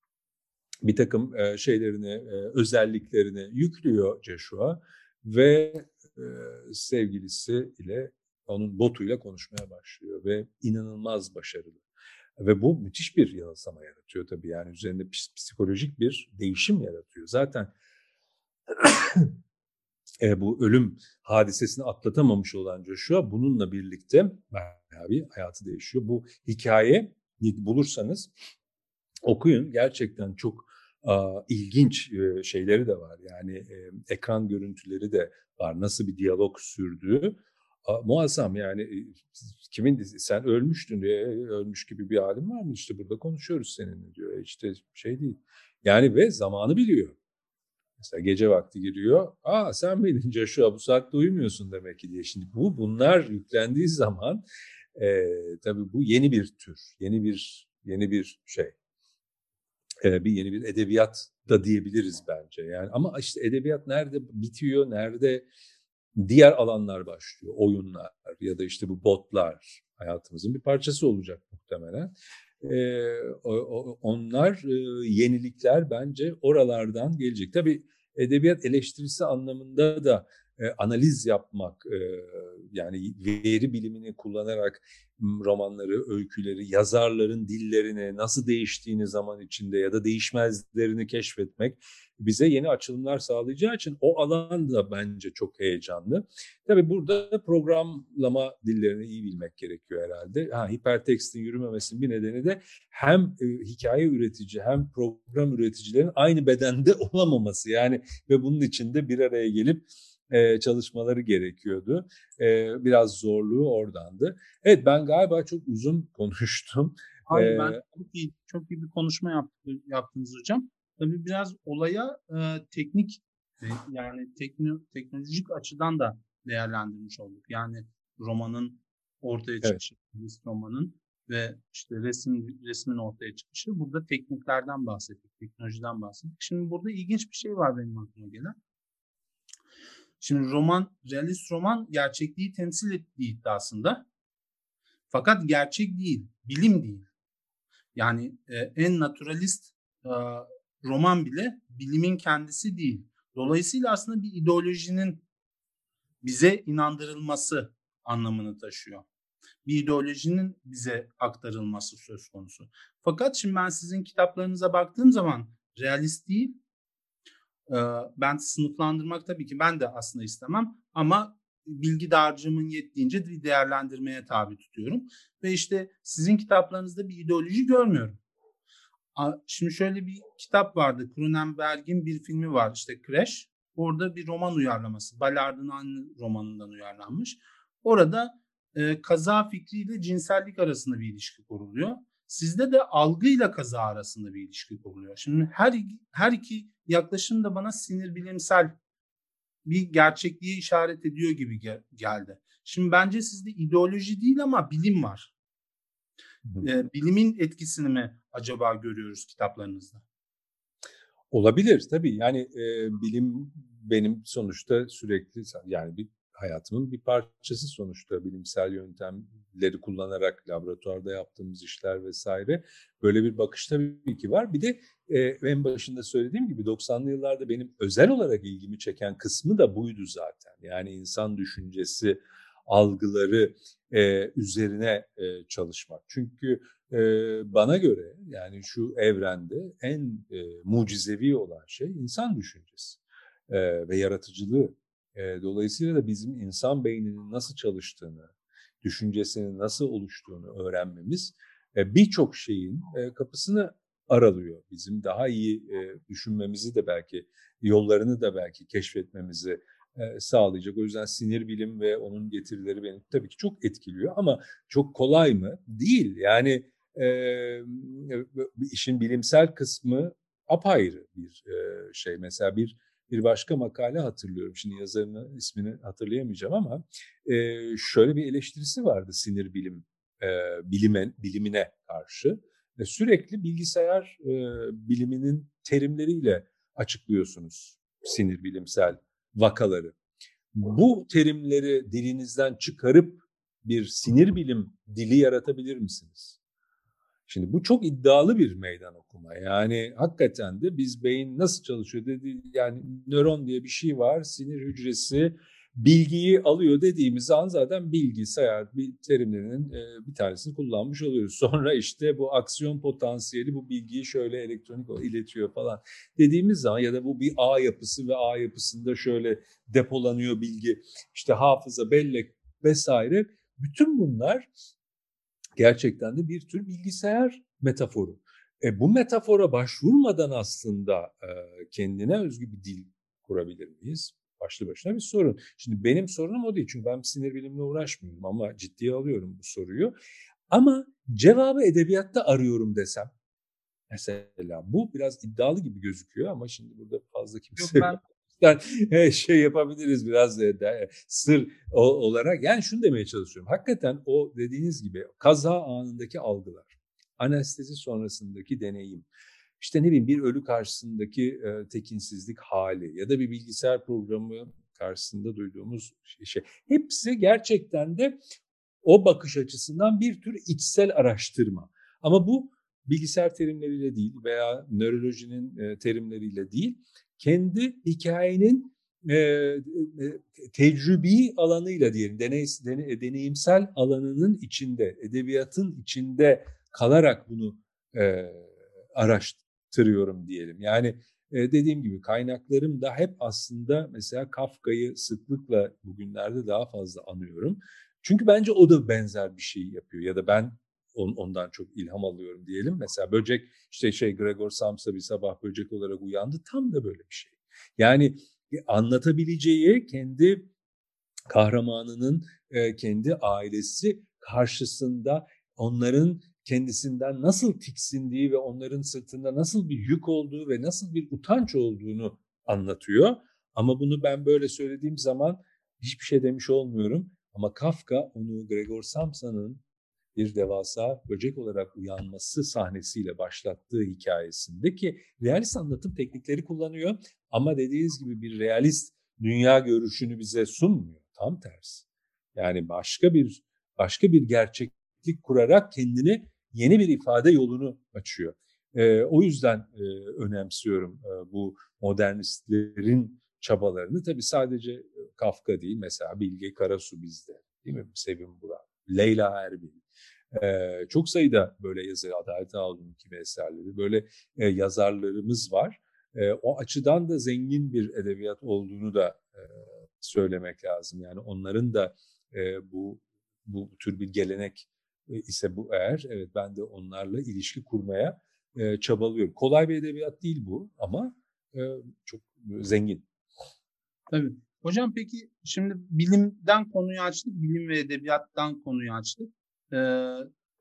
bir takım şeylerini, özelliklerini yüklüyor Joshua ve sevgilisi ile, onun botuyla konuşmaya başlıyor ve inanılmaz başarılı. Ve bu müthiş bir yanılsama yaratıyor tabii, yani üzerinde psikolojik bir değişim yaratıyor. Zaten e, bu ölüm hadisesini atlatamamış olan Joshua bununla birlikte bayağı bir hayatı değişiyor. Bu hikaye bulursanız okuyun, gerçekten çok a, ilginç e, şeyleri de var. Yani e, ekran görüntüleri de var. Nasıl bir diyalog sürdüğü a, muazzam. Yani e, kimin sen ölmüştün diye, ölmüş gibi bir halin var mı? İşte burada konuşuyoruz seninle diyor. E, işte şey değil. Yani ve zamanı biliyor. Mesela gece vakti giriyor. Aa sen miydin Joshua, bu saatte uyumuyorsun demek ki diye. Şimdi bu bunlar yüklendiği zaman e, tabii bu yeni bir tür, yeni bir yeni bir şey. Bir yeni bir edebiyat da diyebiliriz bence. Yani ama işte edebiyat nerede bitiyor, nerede diğer alanlar başlıyor, oyunlar ya da işte bu botlar hayatımızın bir parçası olacak muhtemelen. e, o, o, onlar e, yenilikler bence oralardan gelecek. Tabii edebiyat eleştirisi anlamında da e, analiz yapmak, e, yani veri bilimini kullanarak romanları, öyküleri, yazarların dillerini nasıl değiştiğini zaman içinde ya da değişmezlerini keşfetmek bize yeni açılımlar sağlayacağı için o alan da bence çok heyecanlı. Tabii burada programlama dillerini iyi bilmek gerekiyor herhalde. Ha, hipertekstin yürümemesinin bir nedeni de hem e, hikaye üretici hem program üreticilerin aynı bedende olamaması. Yani ve bunun için de bir araya gelip e, çalışmaları gerekiyordu. E, biraz zorluğu oradandı. Evet, ben galiba çok uzun konuştum. Hayır, E, ben çok iyi, çok iyi bir konuşma yaptı, yaptınız hocam. Tabii biraz olaya e, teknik e, yani tekno, teknolojik açıdan da değerlendirmiş olduk. Yani romanın ortaya evet. çıkışı, romanın ve işte resim resmin ortaya çıkışı. Burada tekniklerden bahsettik, teknolojiden bahsettik. Şimdi burada ilginç bir şey var benim aklıma gelen. Şimdi roman, realist roman gerçekliği temsil ettiği iddiasında. Fakat gerçek değil, bilim değil. Yani e, en naturalist e, roman bile bilimin kendisi değil. Dolayısıyla aslında bir ideolojinin bize inandırılması anlamını taşıyor. Bir ideolojinin bize aktarılması söz konusu. Fakat şimdi ben sizin kitaplarınıza baktığım zaman realist değil. E, ben sınıflandırmak tabii ki ben de aslında istemem ama bilgi dağarcığımın yettiğince bir değerlendirmeye tabi tutuyorum. Ve işte sizin kitaplarınızda bir ideoloji görmüyorum. Şimdi şöyle bir kitap vardı. Cronenberg'in bir filmi var işte Crash. Orada bir roman uyarlaması. Ballard'ın aynı romanından uyarlanmış. Orada e, kaza fikriyle cinsellik arasında bir ilişki kuruluyor. Sizde de algıyla kaza arasında bir ilişki kuruluyor. Şimdi her her iki yaklaşım da bana sinir bilimsel bir gerçekliğe işaret ediyor gibi gel- geldi. Şimdi bence sizde ideoloji değil ama bilim var. E, bilimin etkisini mi acaba görüyoruz kitaplarınızda? Olabilir tabii. Yani e, bilim benim sonuçta sürekli, yani bir hayatımın bir parçası sonuçta, bilimsel yöntemleri kullanarak laboratuvarda yaptığımız işler vesaire, böyle bir bakış tabii ki var. Bir de e, en başında söylediğim gibi doksanlı yıllarda benim özel olarak ilgimi çeken kısmı da buydu zaten. Yani insan düşüncesi, algıları e, üzerine e, çalışmak. Çünkü e, bana göre yani şu evrende en e, mucizevi olan şey insan düşüncesi e, ve yaratıcılığı. E, dolayısıyla da bizim insan beyninin nasıl çalıştığını, düşüncesinin nasıl oluştuğunu öğrenmemiz e, birçok şeyin e, kapısını aralıyor. Bizim daha iyi e, düşünmemizi de belki, yollarını da belki keşfetmemizi e, sağlayacak. O yüzden sinir bilim ve onun getirileri beni tabii ki çok etkiliyor ama çok kolay mı? Değil. Yani e, işin bilimsel kısmı apayrı bir e, şey. Mesela bir bir başka makale hatırlıyorum. Şimdi yazarının ismini hatırlayamayacağım ama e, şöyle bir eleştirisi vardı sinir bilim e, bilime, bilimine karşı. E, sürekli bilgisayar e, biliminin terimleriyle açıklıyorsunuz sinir bilimsel vakaları. Bu terimleri dilinizden çıkarıp bir sinir bilim dili yaratabilir misiniz? Şimdi bu çok iddialı bir meydan okuma. Yani hakikaten de biz beyin nasıl çalışıyor dedi, yani nöron diye bir şey var, sinir hücresi bilgiyi alıyor dediğimiz an zaten bilgisayar bir terimlerinin bir tanesini kullanmış oluyoruz. Sonra işte bu aksiyon potansiyeli bu bilgiyi şöyle elektronik iletiyor falan dediğimiz zaman ya da bu bir ağ yapısı ve ağ yapısında şöyle depolanıyor bilgi, işte hafıza, bellek vesaire, bütün bunlar gerçekten de bir tür bilgisayar metaforu. E, bu metafora başvurmadan aslında e, kendine özgü bir dil kurabilir miyiz? Başlı başına bir sorun. Şimdi benim sorunum o değil. Çünkü ben sinir bilimle uğraşmıyorum ama ciddiye alıyorum bu soruyu. Ama cevabı edebiyatta arıyorum desem, mesela bu biraz iddialı gibi gözüküyor ama şimdi burada fazla kimse Yok, ben yani şey yapabiliriz biraz de, de, sır o, olarak. Yani şunu demeye çalışıyorum. Hakikaten o dediğiniz gibi kaza anındaki algılar, anestezi sonrasındaki deneyim, işte ne bileyim bir ölü karşısındaki e, tekinsizlik hali ya da bir bilgisayar programı karşısında duyduğumuz şey, hepsi gerçekten de o bakış açısından bir tür içsel araştırma. Ama bu bilgisayar terimleriyle değil veya nörolojinin e, terimleriyle değil, kendi hikayenin e, e, tecrübi alanıyla diyelim, deney, deney, deneyimsel alanının içinde, edebiyatın içinde kalarak bunu e, araştırıyorum diyelim. Yani e, dediğim gibi kaynaklarım da hep aslında mesela Kafka'yı sıklıkla bugünlerde daha fazla anıyorum. Çünkü bence o da benzer bir şey yapıyor ya da ben ondan çok ilham alıyorum diyelim. Mesela böcek, işte şey Gregor Samsa bir sabah böcek olarak uyandı, tam da böyle bir şey. Yani anlatabileceği kendi kahramanının kendi ailesi karşısında onların kendisinden nasıl tiksindiği ve onların sırtında nasıl bir yük olduğu ve nasıl bir utanç olduğunu anlatıyor. Ama bunu ben böyle söylediğim zaman hiçbir şey demiş olmuyorum. Ama Kafka onu Gregor Samsa'nın bir devasa böcek olarak uyanması sahnesiyle başlattığı hikayesindeki realist anlatım teknikleri kullanıyor. Ama dediğiniz gibi bir realist dünya görüşünü bize sunmuyor. Tam tersi. Yani başka bir başka bir gerçeklik kurarak kendine yeni bir ifade yolunu açıyor. Ee, o yüzden e, önemsiyorum e, bu modernistlerin çabalarını. Tabii sadece Kafka değil, mesela Bilge Karasu bizde, değil mi? Sevim Burak, Leyla Erbil. Ee, çok sayıda böyle yazarı, Adalet Ağaoğlu'nun gibi eserleri, böyle e, yazarlarımız var. E, o açıdan da zengin bir edebiyat olduğunu da e, söylemek lazım. Yani onların da e, bu bu tür bir gelenek e, ise bu eğer, evet ben de onlarla ilişki kurmaya e, çabalıyorum. Kolay bir edebiyat değil bu ama e, çok zengin. Tabii. Hocam peki şimdi bilimden konuyu açtık, bilim ve edebiyattan konuyu açtık. Ee,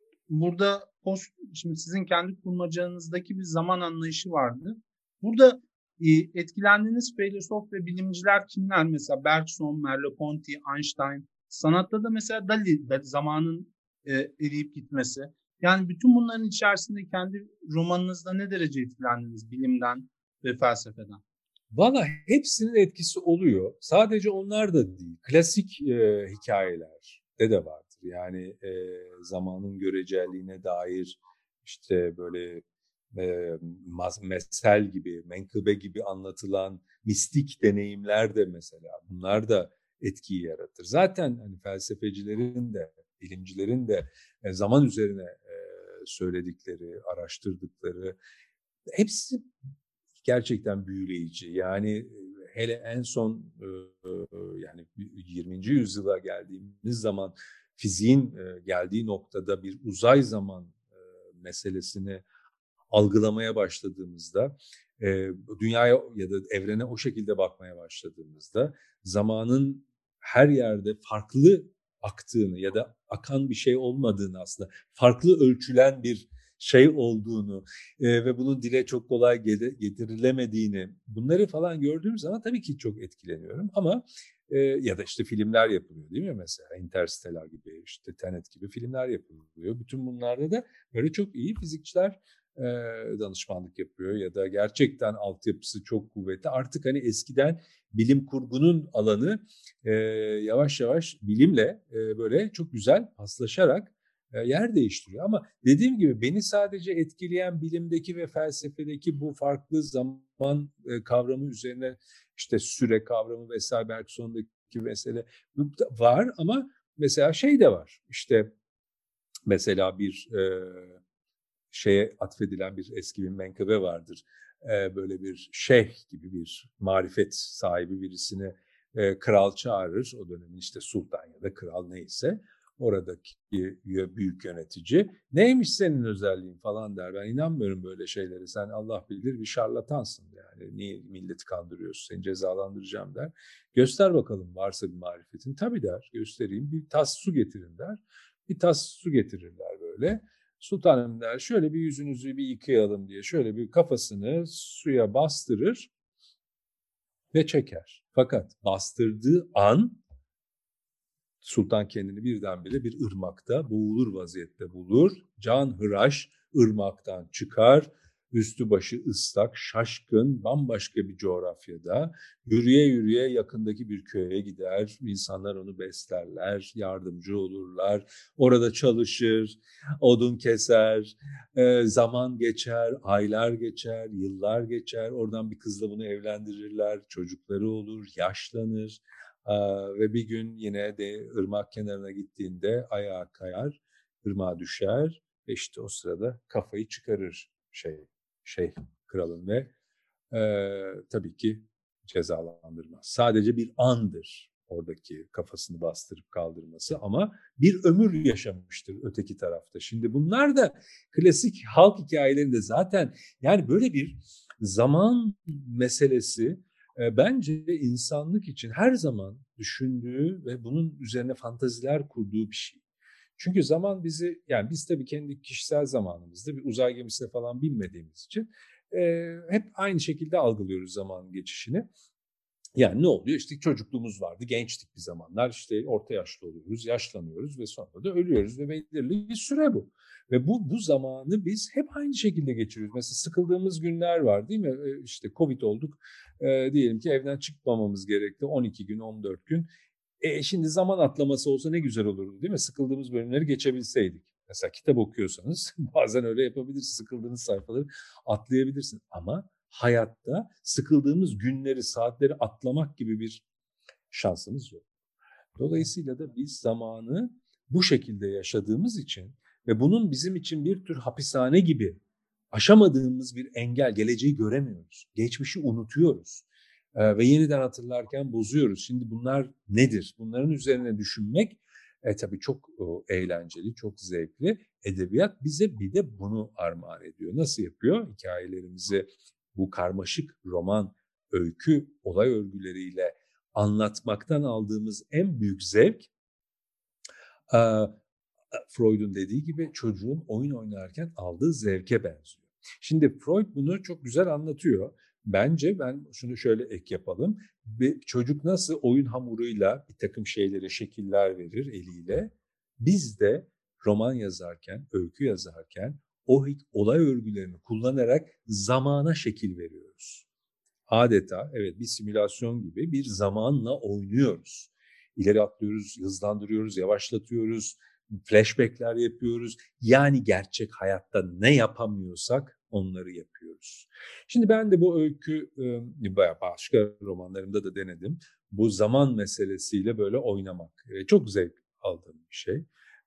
burada post, şimdi sizin kendi kurmacanızdaki bir zaman anlayışı vardı. Burada e, etkilendiğiniz filozof ve bilimciler kimler? Mesela Bergson, Merleau-Ponty, Einstein. Sanatta da mesela Dali, Dali zamanın e, eriyip gitmesi. Yani bütün bunların içerisinde kendi romanınızda ne derece etkilendiniz bilimden ve felsefeden? Valla hepsinin etkisi oluyor. Sadece onlar da değil. Klasik e, hikayeler de de vardır. Yani e, zamanın görecelliğine dair işte böyle e, mesel gibi, menkıbe gibi anlatılan mistik deneyimler de mesela, bunlar da etkiyi yaratır. Zaten hani felsefecilerin de, bilimcilerin de e, zaman üzerine e, söyledikleri, araştırdıkları hepsi gerçekten büyüleyici. Yani hele en son yani yirminci yüzyıla geldiğimiz zaman fiziğin geldiği noktada bir uzay zaman meselesini algılamaya başladığımızda, dünyaya ya da evrene o şekilde bakmaya başladığımızda zamanın her yerde farklı aktığını ya da akan bir şey olmadığını, aslında farklı ölçülen bir şey olduğunu e, ve bunun dile çok kolay getirilemediğini, bunları falan gördüğüm zaman tabii ki çok etkileniyorum. Ama e, ya da işte filmler yapılıyor değil mi, mesela Interstellar gibi, işte Tenet gibi filmler yapılıyor. Bütün bunlarda da böyle çok iyi fizikçiler e, danışmanlık yapıyor ya da gerçekten altyapısı çok kuvvetli. Artık hani eskiden bilim kurgunun alanı e, yavaş yavaş bilimle e, böyle çok güzel paslaşarak yer değiştiriyor. Ama dediğim gibi beni sadece etkileyen bilimdeki ve felsefedeki bu farklı zaman kavramı üzerine, işte süre kavramı vesaire, Bergson'daki mesele var ama mesela şey de var. İşte mesela bir e, şeye atfedilen bir eski bir menkıbe vardır. E, böyle bir şeyh gibi bir marifet sahibi birisini e, kral çağırır. O dönemin işte sultan ya da kral neyse. Oradaki büyük yönetici, neymiş senin özelliğin falan der. Ben inanmıyorum böyle şeylere. Sen Allah bilir bir şarlatansın yani. Niye milleti kandırıyorsun? Seni cezalandıracağım der. Göster bakalım varsa bir marifetin. Tabii der, göstereyim. Bir tas su getirin der. Bir tas su getirirler böyle. Sultanım der, şöyle bir yüzünüzü bir yıkayalım diye şöyle bir kafasını suya bastırır ve çeker. Fakat bastırdığı an sultan kendini birdenbire bir ırmakta boğulur vaziyette bulur. Canhıraş ırmaktan çıkar. üstü başı ıslak, şaşkın, bambaşka bir coğrafyada yürüye yürüye yakındaki bir köye gider. İnsanlar onu beslerler, yardımcı olurlar. Orada çalışır, odun keser, e, zaman geçer, aylar geçer, yıllar geçer. Oradan bir kızla bunu evlendirirler, çocukları olur, yaşlanır. Aa, ve bir gün yine de ırmak kenarına gittiğinde ayağa kayar, ırmağa düşer ve işte o sırada kafayı çıkarır şey şey kralın ve e, tabii ki cezalandırmaz. Sadece bir andır oradaki kafasını bastırıp kaldırması ama bir ömür yaşamıştır öteki tarafta. Şimdi bunlar da klasik halk hikayelerinde zaten yani böyle bir zaman meselesi e, bence insanlık için her zaman düşündüğü ve bunun üzerine fantaziler kurduğu bir şey. Çünkü zaman bizi, yani biz tabii kendi kişisel zamanımızda bir uzay gemisine falan binmediğimiz için e, hep aynı şekilde algılıyoruz zaman geçişini. Yani ne oluyor? İşte çocukluğumuz vardı, gençtik bir zamanlar, işte orta yaşlı oluyoruz, yaşlanıyoruz ve sonra da ölüyoruz ve belirli bir süre bu. Ve bu bu zamanı biz hep aynı şekilde geçiriyoruz. Mesela sıkıldığımız günler var değil mi? E, İşte Covid olduk, e, diyelim ki evden çıkmamamız gerekti on iki gün, on dört gün. E şimdi zaman atlaması olsa ne güzel olurdu değil mi? Sıkıldığımız bölümleri geçebilseydik. Mesela kitap okuyorsanız bazen öyle yapabilirsiniz. Sıkıldığınız sayfaları atlayabilirsin. Ama hayatta sıkıldığımız günleri, saatleri atlamak gibi bir şansımız yok. Dolayısıyla da biz zamanı bu şekilde yaşadığımız için ve bunun bizim için bir tür hapishane gibi aşamadığımız bir engel, geleceği göremiyoruz. Geçmişi unutuyoruz. Ee, ve yeniden hatırlarken bozuyoruz. Şimdi bunlar nedir? Bunların üzerine düşünmek e, tabii çok e, eğlenceli, çok zevkli. Edebiyat bize bir de bunu armağan ediyor. Nasıl yapıyor? Hikayelerimizi bu karmaşık roman, öykü, olay örgüleriyle anlatmaktan aldığımız en büyük zevk, e, Freud'un dediği gibi çocuğun oyun oynarken aldığı zevke benziyor. Şimdi Freud bunu çok güzel anlatıyor. Bence ben şunu şöyle ek yapalım. Bir çocuk nasıl oyun hamuruyla bir takım şeylere şekiller verir eliyle. Biz de roman yazarken, öykü yazarken o olay örgülerini kullanarak zamana şekil veriyoruz. Adeta evet bir simülasyon gibi bir zamanla oynuyoruz. İleri atlıyoruz, hızlandırıyoruz, yavaşlatıyoruz, flashbackler yapıyoruz. Yani gerçek hayatta ne yapamıyorsak onları yapıyoruz. Şimdi ben de bu öykü başka romanlarımda da denedim. Bu zaman meselesiyle böyle oynamak. Çok zevk aldığım bir şey.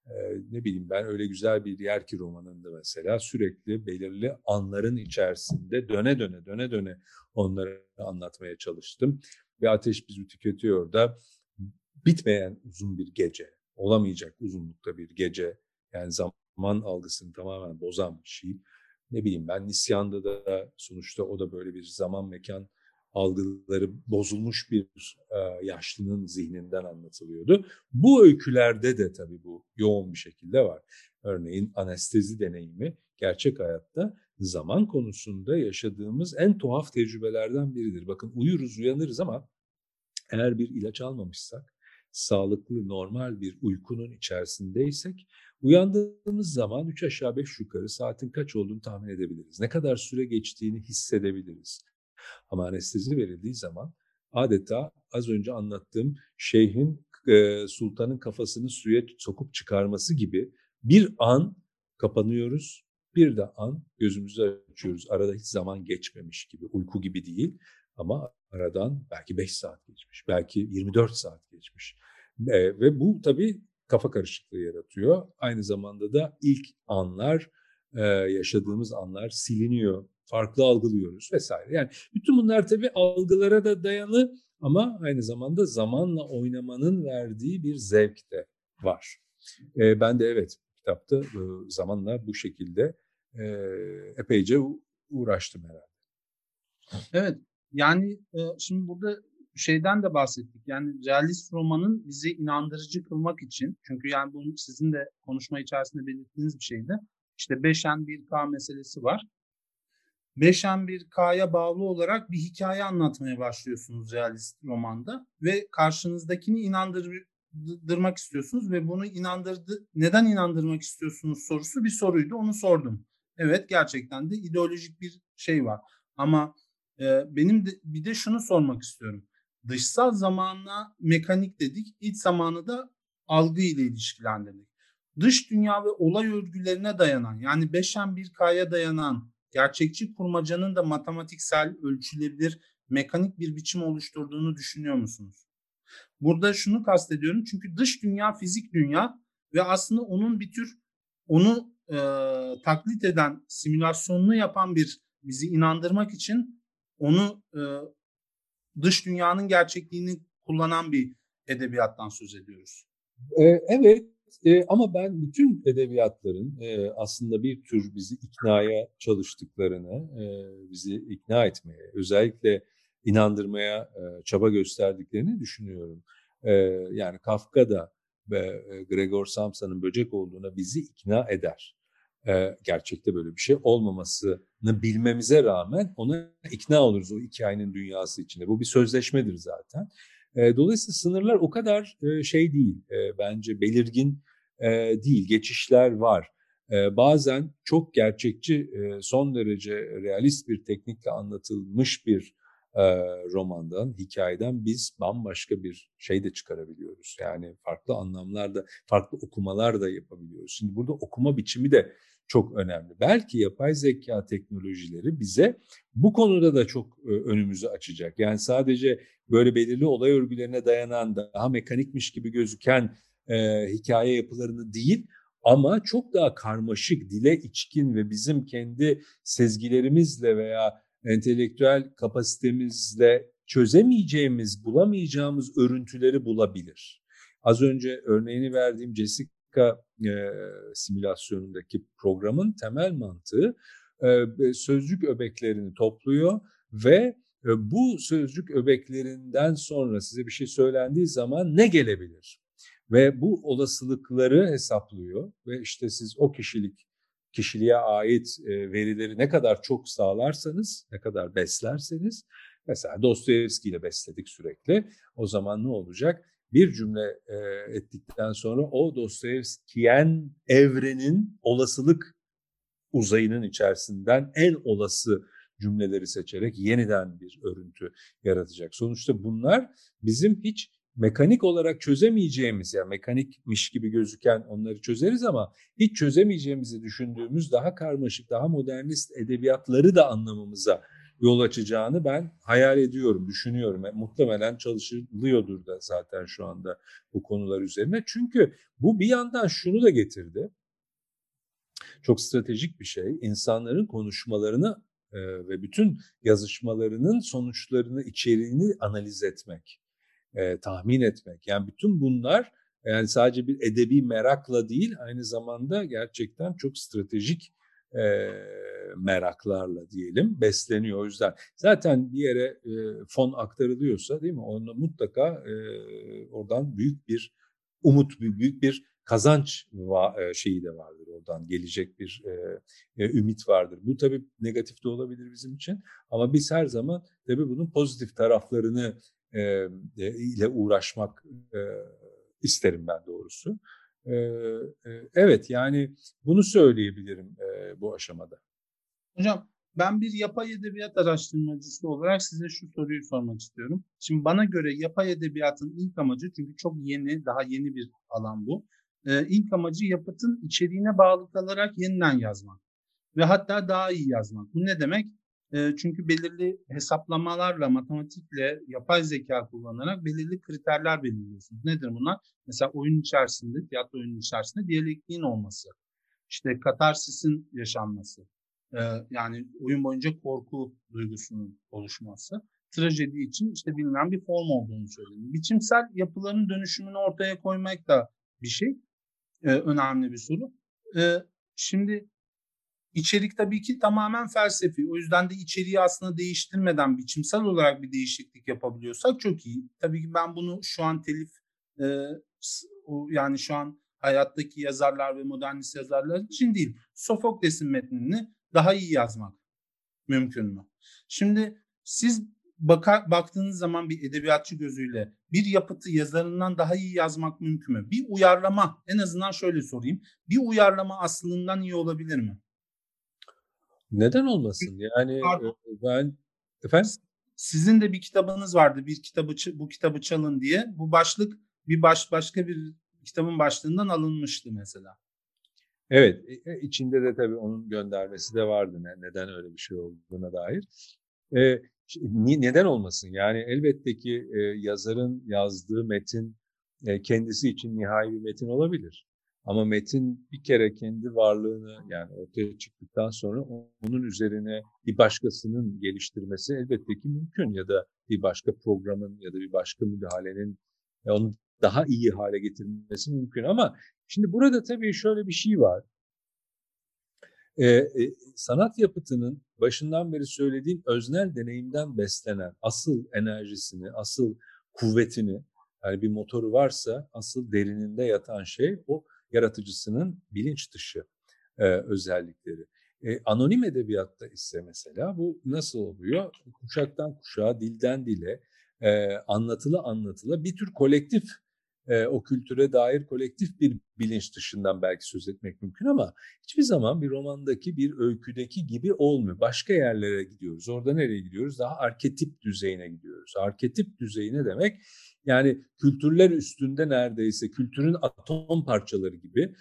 Ne bileyim ben öyle güzel bir yer ki romanında mesela sürekli belirli anların içerisinde döne döne döne döne onları anlatmaya çalıştım. Ve Ateş Bizi Tüketiyor da bitmeyen uzun bir gece, olamayacak uzunlukta bir gece. Yani zaman algısını tamamen bozan bir şey. Ne bileyim ben Nisyan'da da sonuçta o da böyle bir zaman mekan algıları bozulmuş bir e, yaşlının zihninden anlatılıyordu. Bu öykülerde de tabii bu yoğun bir şekilde var. Örneğin anestezi deneyimi gerçek hayatta zaman konusunda yaşadığımız en tuhaf tecrübelerden biridir. Bakın uyuruz, uyanırız ama eğer bir ilaç almamışsak, sağlıklı, normal bir uykunun içerisindeysek, uyandığımız zaman üç aşağı beş yukarı saatin kaç olduğunu tahmin edebiliriz. Ne kadar süre geçtiğini hissedebiliriz. Ama anestezi verildiği zaman adeta az önce anlattığım şeyhin, e, sultanın kafasını suya sokup çıkarması gibi bir an kapanıyoruz, bir de an gözümüzü açıyoruz. Arada hiç zaman geçmemiş gibi, uyku gibi değil ama aradan belki beş saat geçmiş, belki yirmi dört saat geçmiş. E, ve bu tabii kafa karışıklığı yaratıyor. Aynı zamanda da ilk anlar, e, yaşadığımız anlar siliniyor, farklı algılıyoruz vesaire. Yani bütün bunlar tabii algılara da dayalı ama aynı zamanda zamanla oynamanın verdiği bir zevk de var. E, ben de evet kitapta e, zamanla bu şekilde e, epeyce uğraştım herhalde. Evet, yani e, şimdi burada şeyden de bahsettik. Yani realist romanın bizi inandırıcı kılmak için, çünkü yani bunu sizin de konuşma içerisinde belirttiğiniz bir şeydi. İşte beş N bir K meselesi var. beş N bir K'ya bağlı olarak bir hikaye anlatmaya başlıyorsunuz realist romanda ve karşınızdakini inandırmak istiyorsunuz ve bunu inandırdı, neden inandırmak istiyorsunuz sorusu bir soruydu, onu sordum. Evet, gerçekten de ideolojik bir şey var. Ama e, benim de bir de şunu sormak istiyorum. Dışsal zamanla mekanik dedik, iç zamanı da algı ile ilişkilendirdik. Dış dünya ve olay örgülerine dayanan, yani beşen bir K'ya dayanan gerçekçi kurmacanın da matematiksel, ölçülebilir, mekanik bir biçim oluşturduğunu düşünüyor musunuz? Burada şunu kastediyorum, çünkü dış dünya fizik dünya ve aslında onun bir tür onu e, taklit eden, simülasyonunu yapan bir, bizi inandırmak için onu e, dış dünyanın gerçekliğini kullanan bir edebiyattan söz ediyoruz. E, evet, e, ama ben bütün edebiyatların e, aslında bir tür bizi iknaya çalıştıklarını, e, bizi ikna etmeye, özellikle inandırmaya e, çaba gösterdiklerini düşünüyorum. E, yani Kafka'da ve e, Gregor Samsa'nın böcek olduğuna bizi ikna eder. E, gerçekte böyle bir şey olmamasını bilmemize rağmen ona ikna oluruz o hikayenin dünyası içinde. Bu bir sözleşmedir zaten. E, dolayısıyla sınırlar o kadar e, şey değil, e, bence belirgin e, değil, geçişler var. E, bazen çok gerçekçi, e, son derece realist bir teknikle anlatılmış bir e, romandan, hikayeden biz bambaşka bir şey de çıkarabiliyoruz. Yani farklı anlamlarda, farklı okumalar da yapabiliyoruz. Şimdi burada okuma biçimi de çok önemli. Belki yapay zeka teknolojileri bize bu konuda da çok e, önümüzü açacak. Yani sadece böyle belirli olay örgülerine dayanan, daha mekanikmiş gibi gözüken e, hikaye yapılarını değil, ama çok daha karmaşık, dile içkin ve bizim kendi sezgilerimizle veya entelektüel kapasitemizle çözemeyeceğimiz, bulamayacağımız örüntüleri bulabilir. Az önce örneğini verdiğim Jessica e, simülasyonundaki programın temel mantığı e, sözcük öbeklerini topluyor ve bu sözcük öbeklerinden sonra size bir şey söylendiği zaman ne gelebilir? Ve bu olasılıkları hesaplıyor ve işte siz o kişilik, kişiliğe ait verileri ne kadar çok sağlarsanız, ne kadar beslerseniz, mesela Dostoyevski ile besledik sürekli, o zaman ne olacak? Bir cümle ettikten sonra o Dostoyevskiyen evrenin olasılık uzayının içerisinden en olası cümleleri seçerek yeniden bir örüntü yaratacak. Sonuçta bunlar bizim hiç mekanik olarak çözemeyeceğimiz, yani mekanikmiş gibi gözüken onları çözeriz ama hiç çözemeyeceğimizi düşündüğümüz daha karmaşık, daha modernist edebiyatları da anlamamıza yol açacağını ben hayal ediyorum, düşünüyorum. Yani muhtemelen çalışılıyordur da zaten şu anda bu konular üzerine. Çünkü bu bir yandan şunu da getirdi. Çok stratejik bir şey. İnsanların konuşmalarını e, ve bütün yazışmalarının sonuçlarını, içeriğini analiz etmek, e, tahmin etmek. Yani bütün bunlar, yani sadece bir edebi merakla değil, aynı zamanda gerçekten çok stratejik e, meraklarla diyelim besleniyor. O yüzden zaten bir yere e, fon aktarılıyorsa, değil mi? Onu mutlaka e, oradan büyük bir umut, büyük bir kazanç va- şeyi de vardır, oradan gelecek bir e, e, ümit vardır. Bu tabii negatif de olabilir bizim için, ama biz her zaman tabii bunun pozitif taraflarını e, e, ile uğraşmak e, isterim ben doğrusu. E, e, evet, yani bunu söyleyebilirim e, bu aşamada. Hocam, ben bir yapay edebiyat araştırmacısı olarak size şu soruyu sormak istiyorum. Şimdi bana göre yapay edebiyatın ilk amacı, çünkü çok yeni, daha yeni bir alan bu. Ee, ilk amacı yapıtın içeriğine bağlı kalarak yeniden yazmak ve hatta daha iyi yazmak. Bu ne demek? Ee, çünkü belirli hesaplamalarla, matematikle, yapay zeka kullanarak belirli kriterler belirliyorsunuz. Nedir bunlar? Mesela oyun içerisinde, tiyatro oyunun içerisinde diyalektiğin olması, işte katarsisin yaşanması, e, yani oyun boyunca korku duygusunun oluşması, trajedi için işte bilinen bir form olduğunu söyledi. Biçimsel yapıların dönüşümünü ortaya koymak da bir şey, e, önemli bir soru. E, şimdi içerik tabii ki tamamen felsefi. O yüzden de içeriği aslında değiştirmeden biçimsel olarak bir değişiklik yapabiliyorsak çok iyi. Tabii ki ben bunu şu an telif, e, o, yani şu an hayattaki yazarlar ve modernist yazarlar için değil, Sofokles'in metnini daha iyi yazmak mümkün mü? Şimdi siz baka, baktığınız zaman bir edebiyatçı gözüyle bir yapıtı yazarından daha iyi yazmak mümkün mü? Bir uyarlama, en azından şöyle sorayım. Bir uyarlama aslından iyi olabilir mi? Neden olmasın? Yani e, Pardon. ben efendim Sizin de bir kitabınız vardı. Bir kitabı bu kitabı çalın diye. Bu başlık bir baş başka bir kitabın başlığından alınmıştı mesela. evet e, içinde de tabii onun göndermesi de vardı ne, neden öyle bir şey olduğuna dair. E, neden olmasın? Yani elbette ki e, yazarın yazdığı metin e, kendisi için nihai bir metin olabilir. Ama metin bir kere kendi varlığını yani ortaya çıktıktan sonra onun üzerine bir başkasının geliştirmesi elbette ki mümkün ya da bir başka programın ya da bir başka müdahalenin e, onu daha iyi hale getirmesi mümkün. Ama şimdi burada tabii şöyle bir şey var. Ee, e, sanat yapıtının başından beri söylediğim öznel deneyimden beslenen asıl enerjisini, asıl kuvvetini, yani bir motoru varsa asıl derininde yatan şey o yaratıcısının bilinç dışı e, özellikleri. E, anonim edebiyatta ise mesela bu nasıl oluyor? Kuşaktan kuşağa, dilden dile, e, anlatıla anlatıla bir tür kolektif e, o kültüre dair kolektif bir bilinç dışından belki söz etmek mümkün ama hiçbir zaman bir romandaki, bir öyküdeki gibi olmuyor. Başka yerlere gidiyoruz. Orada nereye gidiyoruz? Daha arketip düzeyine gidiyoruz. Arketip düzeyi ne demek? Yani kültürler üstünde neredeyse kültürün atom parçaları gibi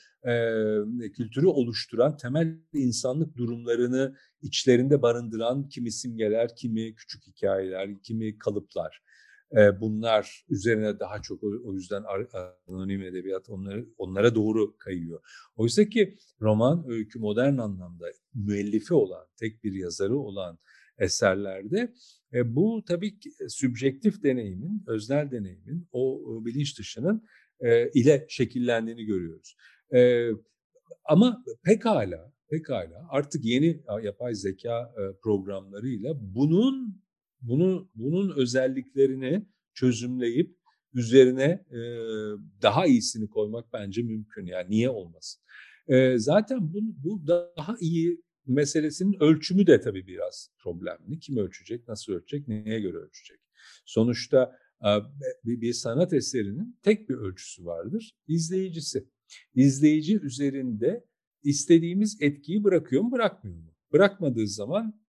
e, kültürü oluşturan temel insanlık durumlarını içlerinde barındıran kimi simgeler, kimi küçük hikayeler, kimi kalıplar. Bunlar üzerine daha çok o yüzden anonim edebiyat onları, onlara doğru kayıyor. Oysa ki roman, öykü modern anlamda müellifi olan, tek bir yazarı olan eserlerde e, bu tabii ki sübjektif deneyimin, öznel deneyimin, o, o bilinç dışının e, ile şekillendiğini görüyoruz. E, ama pekala, pekala artık yeni yapay zeka e, programlarıyla bunun bunu bunun özelliklerini çözümleyip üzerine e, daha iyisini koymak bence mümkün. Yani niye olmasın? E, zaten bu, bu daha iyi meselesinin ölçümü de tabii biraz problemli. Kim ölçecek, nasıl ölçecek, neye göre ölçecek? Sonuçta e, bir, bir sanat eserinin tek bir ölçüsü vardır, izleyicisi. İzleyici üzerinde istediğimiz etkiyi bırakıyor mu, bırakmıyor mu? Bırakmadığı zaman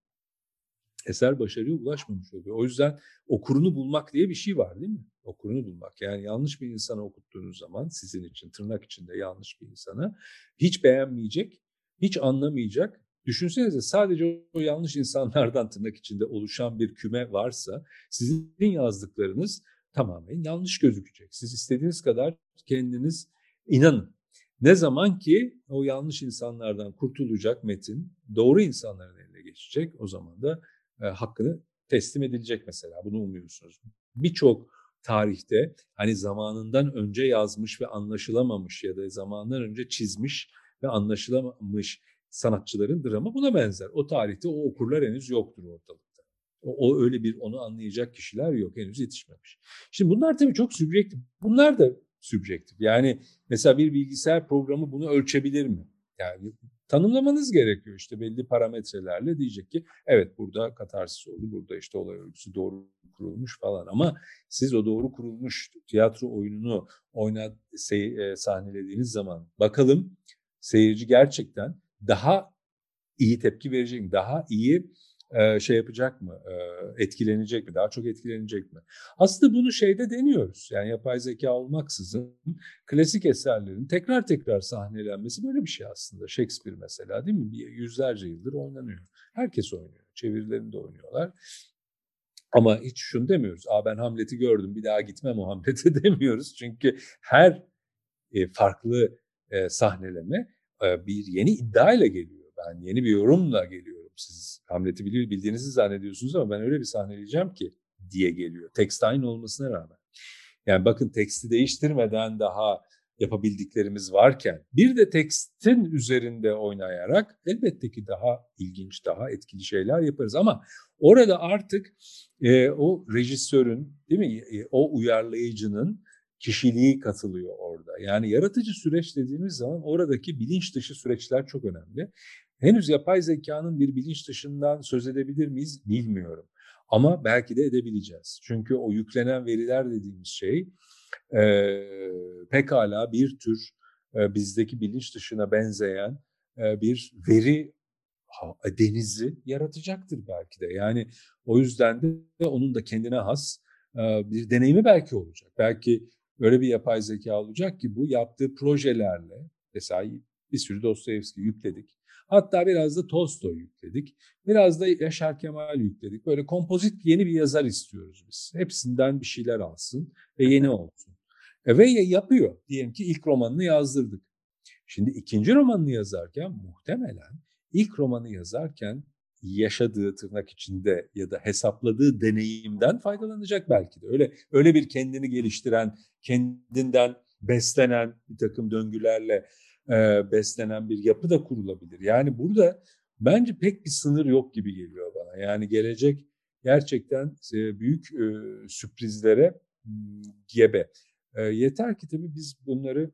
eser başarıya ulaşmamış oluyor. O yüzden okurunu bulmak diye bir şey var değil mi? Okurunu bulmak. Yani yanlış bir insana okuttuğunuz zaman sizin için tırnak içinde yanlış bir insana hiç beğenmeyecek, hiç anlamayacak. Düşünsenize sadece o yanlış insanlardan tırnak içinde oluşan bir küme varsa sizin yazdıklarınız tamamen yanlış gözükecek. Siz istediğiniz kadar kendiniz inanın. Ne zaman ki o yanlış insanlardan kurtulacak metin doğru insanların eline geçecek o zaman da e, hakkını teslim edilecek mesela. Bunu umuyorsunuz. Birçok tarihte hani zamanından önce yazmış ve anlaşılamamış ya da zamandan önce çizmiş ve anlaşılamamış sanatçıların dramı buna benzer. O tarihte o okurlar henüz yoktur ortalıkta. O, o öyle bir onu anlayacak kişiler yok, henüz yetişmemiş. Şimdi bunlar tabii çok sübjektif. Bunlar da sübjektif. Yani mesela bir bilgisayar programı bunu ölçebilir mi? Yani tanımlamanız gerekiyor işte belli parametrelerle, diyecek ki evet burada katarsis oldu, burada işte olay örgüsü doğru kurulmuş falan, ama siz o doğru kurulmuş tiyatro oyununu oynat, se- sahnelediğiniz zaman bakalım seyirci gerçekten daha iyi tepki verecek mi? Daha iyi e, şey yapacak mı? E, etkilenecek mi? Daha çok etkilenecek mi? Aslında bunu şeyde deniyoruz. Yani yapay zeka olmaksızın klasik eserlerin tekrar tekrar sahnelenmesi böyle bir şey aslında. Shakespeare mesela değil mi? Bir yüzlerce yıldır oynanıyor. Herkes oynuyor. Çevirilerini de oynuyorlar. Ama hiç şunu demiyoruz. Aa ben Hamlet'i gördüm, bir daha gitmem o Hamlet'e demiyoruz. Çünkü her e, farklı e, sahneleme e, bir yeni iddia ile geliyor. Ben yeni bir yorumla geliyorum. Siz Hamlet'i bilir, bildiğinizi zannediyorsunuz ama ben öyle bir sahneleyeceğim ki diye geliyor. Tekst aynı olmasına rağmen. Yani bakın teksti değiştirmeden daha yapabildiklerimiz varken bir de tekstin üzerinde oynayarak elbette ki daha ilginç, daha etkili şeyler yaparız. Ama orada artık e, o rejisörün, değil mi, e, o uyarlayıcının kişiliği katılıyor orada. Yani yaratıcı süreç dediğimiz zaman oradaki bilinç dışı süreçler çok önemli. Henüz yapay zekanın bir bilinç dışından söz edebilir miyiz bilmiyorum. Ama belki de edebileceğiz. Çünkü o yüklenen veriler dediğimiz şey e, pekala bir tür e, bizdeki bilinç dışına benzeyen e, bir veri denizi yaratacaktır belki de. Yani o yüzden de onun da kendine has bir deneyimi belki olacak. Belki öyle bir yapay zeka olacak ki bu yaptığı projelerle mesela bir sürü Dostoyevski yükledik. Hatta biraz da Tolstoy yükledik. Biraz da Yaşar Kemal yükledik. Böyle kompozit yeni bir yazar istiyoruz biz. Hepsinden bir şeyler alsın ve yeni olsun. E ve yapıyor. Diyelim ki ilk romanını yazdırdık. Şimdi ikinci romanını yazarken muhtemelen ilk romanı yazarken yaşadığı tırnak içinde ya da hesapladığı deneyimden faydalanacak belki de. Öyle öyle bir kendini geliştiren, kendinden beslenen bir takım döngülerle e, beslenen bir yapı da kurulabilir. Yani burada bence pek bir sınır yok gibi geliyor bana. Yani gelecek gerçekten e, büyük e, sürprizlere gebe. E, yeter ki tabii biz bunları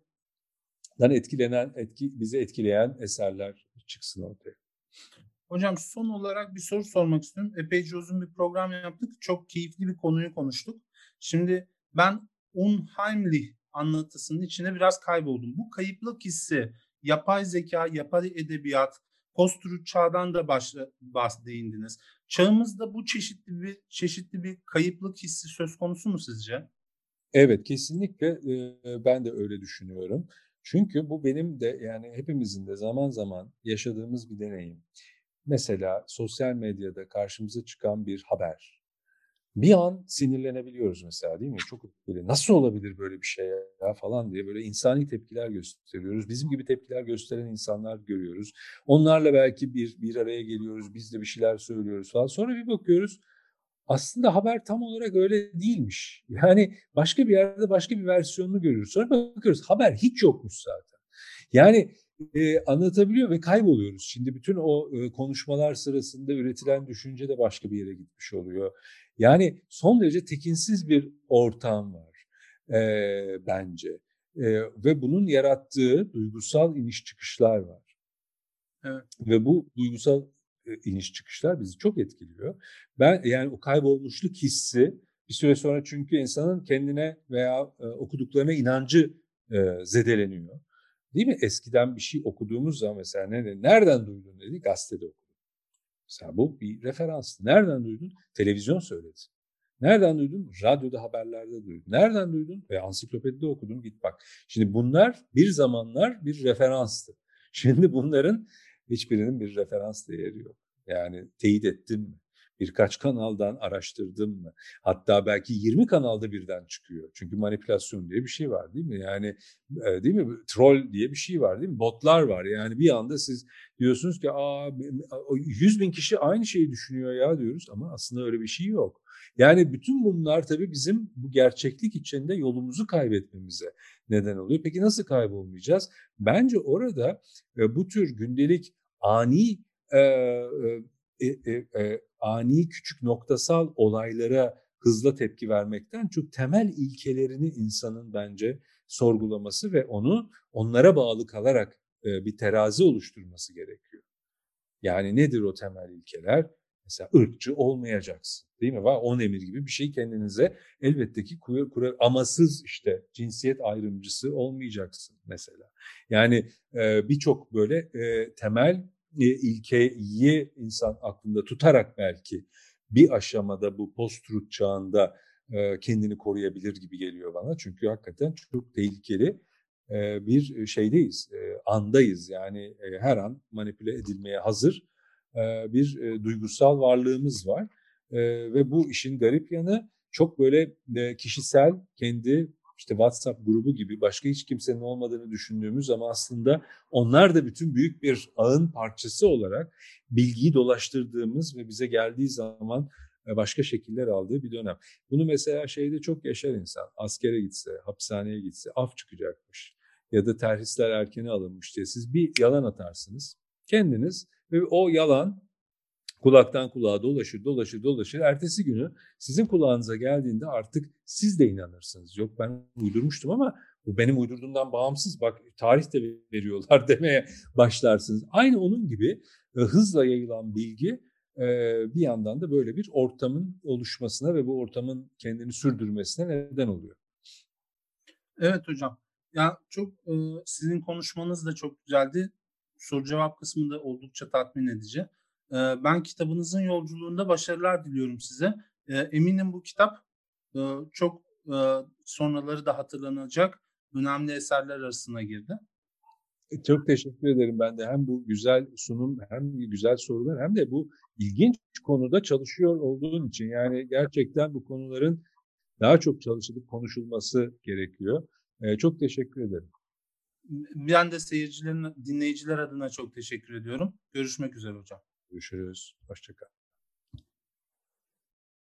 dan etkilenen, etki, bizi etkileyen eserler çıksın ortaya. Hocam son olarak bir soru sormak istiyorum. Epeyce uzun bir program yaptık. Çok keyifli bir konuyu konuştuk. Şimdi ben unheimlich anlatısının içine biraz kayboldum. Bu kayıplık hissi, yapay zeka, yapay edebiyat, post-truth çağdan da başla, bahs değindiniz. Çağımızda bu çeşitli bir çeşitli bir kayıplık hissi söz konusu mu sizce? Evet, kesinlikle e, ben de öyle düşünüyorum. Çünkü bu benim de yani hepimizin de zaman zaman yaşadığımız bir deneyim. Mesela sosyal medyada karşımıza çıkan bir haber. Bir an sinirlenebiliyoruz mesela, değil mi? Çok böyle nasıl olabilir böyle bir şey ya falan diye böyle insani tepkiler gösteriyoruz. Bizim gibi tepkiler gösteren insanlar görüyoruz. Onlarla belki bir bir araya geliyoruz. Biz de bir şeyler söylüyoruz falan. Sonra bir bakıyoruz. Aslında haber tam olarak öyle değilmiş. Yani başka bir yerde başka bir versiyonunu görüyoruz. Sonra bakıyoruz haber hiç yokmuş zaten. Yani e, anlatabiliyor ve kayboluyoruz. Şimdi bütün o e, konuşmalar sırasında üretilen düşünce de başka bir yere gitmiş oluyor. Yani son derece tekinsiz bir ortam var e, bence. E, ve bunun yarattığı duygusal iniş çıkışlar var. Evet. Ve bu duygusal e, iniş çıkışlar bizi çok etkiliyor. Ben yani o kaybolmuşluk hissi bir süre sonra çünkü insanın kendine veya e, okuduklarına inancı e, zedeleniyor. Değil mi? Eskiden bir şey okuduğumuz zaman mesela ne, nereden duydun dedi, gazetede okudum. Mesela bu bir referanstı. Nereden duydun? Televizyon söyledi. Nereden duydun? Radyoda, haberlerde duydun. Nereden duydun? Ve ansiklopedide okudum, git bak. Şimdi bunlar bir zamanlar bir referanstı. Şimdi bunların hiçbirinin bir referans değeri yok. Yani teyit ettin mi? Birkaç kanaldan araştırdın mı? Hatta belki yirmi kanalda birden çıkıyor. Çünkü manipülasyon diye bir şey var, değil mi? Yani e, değil mi? Troll diye bir şey var, değil mi? Botlar var. Yani bir anda siz diyorsunuz ki aa yüz bin kişi aynı şeyi düşünüyor ya diyoruz ama aslında öyle bir şey yok. Yani bütün bunlar tabii bizim bu gerçeklik içinde yolumuzu kaybetmemize neden oluyor. Peki nasıl kaybolmayacağız? Bence orada e, bu tür gündelik ani e, e, e, e, ani küçük noktasal olaylara hızla tepki vermekten çok temel ilkelerini insanın bence sorgulaması ve onu onlara bağlı kalarak e, bir terazi oluşturması gerekiyor. Yani nedir o temel ilkeler? Mesela ırkçı olmayacaksın, değil mi? Var on emir gibi bir şey kendinize elbette ki kur, kur, amasız işte cinsiyet ayrımcısı olmayacaksın mesela. Yani e, birçok böyle e, temel e, ilkeyi insan aklında tutarak belki bir aşamada bu post-truth çağında e, kendini koruyabilir gibi geliyor bana. Çünkü hakikaten çok tehlikeli bir şeydeyiz, andayız. Yani her an manipüle edilmeye hazır bir duygusal varlığımız var. Ve bu işin garip yanı çok böyle kişisel, kendi işte WhatsApp grubu gibi başka hiç kimsenin olmadığını düşündüğümüz ama aslında onlar da bütün büyük bir ağın parçası olarak bilgiyi dolaştırdığımız ve bize geldiği zaman başka şekiller aldığı bir dönem. Bunu mesela şeyde çok yaşar insan. Askere gitse, hapishaneye gitse af çıkacakmış. Ya da terhisler erkene alınmış diye siz bir yalan atarsınız. Kendiniz ve o yalan kulaktan kulağa dolaşır, dolaşır, dolaşır. Ertesi günü sizin kulağınıza geldiğinde artık siz de inanırsınız. Yok ben uydurmuştum ama bu benim uydurduğumdan bağımsız. Bak tarih de veriyorlar demeye başlarsınız. Aynı onun gibi hızla yayılan bilgi bir yandan da böyle bir ortamın oluşmasına ve bu ortamın kendini sürdürmesine neden oluyor. Evet hocam. Ya çok e, sizin konuşmanız da çok güzeldi. soru cevap kısmı da oldukça tatmin edici. E, ben kitabınızın yolculuğunda başarılar diliyorum size. E, eminim bu kitap e, çok e, sonraları da hatırlanacak önemli eserler arasına girdi. Çok teşekkür ederim ben de. Hem bu güzel sunum, hem güzel sorular, hem de bu ilginç konuda çalışıyor olduğun için. Yani gerçekten bu konuların daha çok çalışılıp konuşulması gerekiyor. Ee, çok teşekkür ederim. Ben de seyircilerin, dinleyiciler adına çok teşekkür ediyorum. Görüşmek üzere hocam. Görüşürüz. Hoşça kal.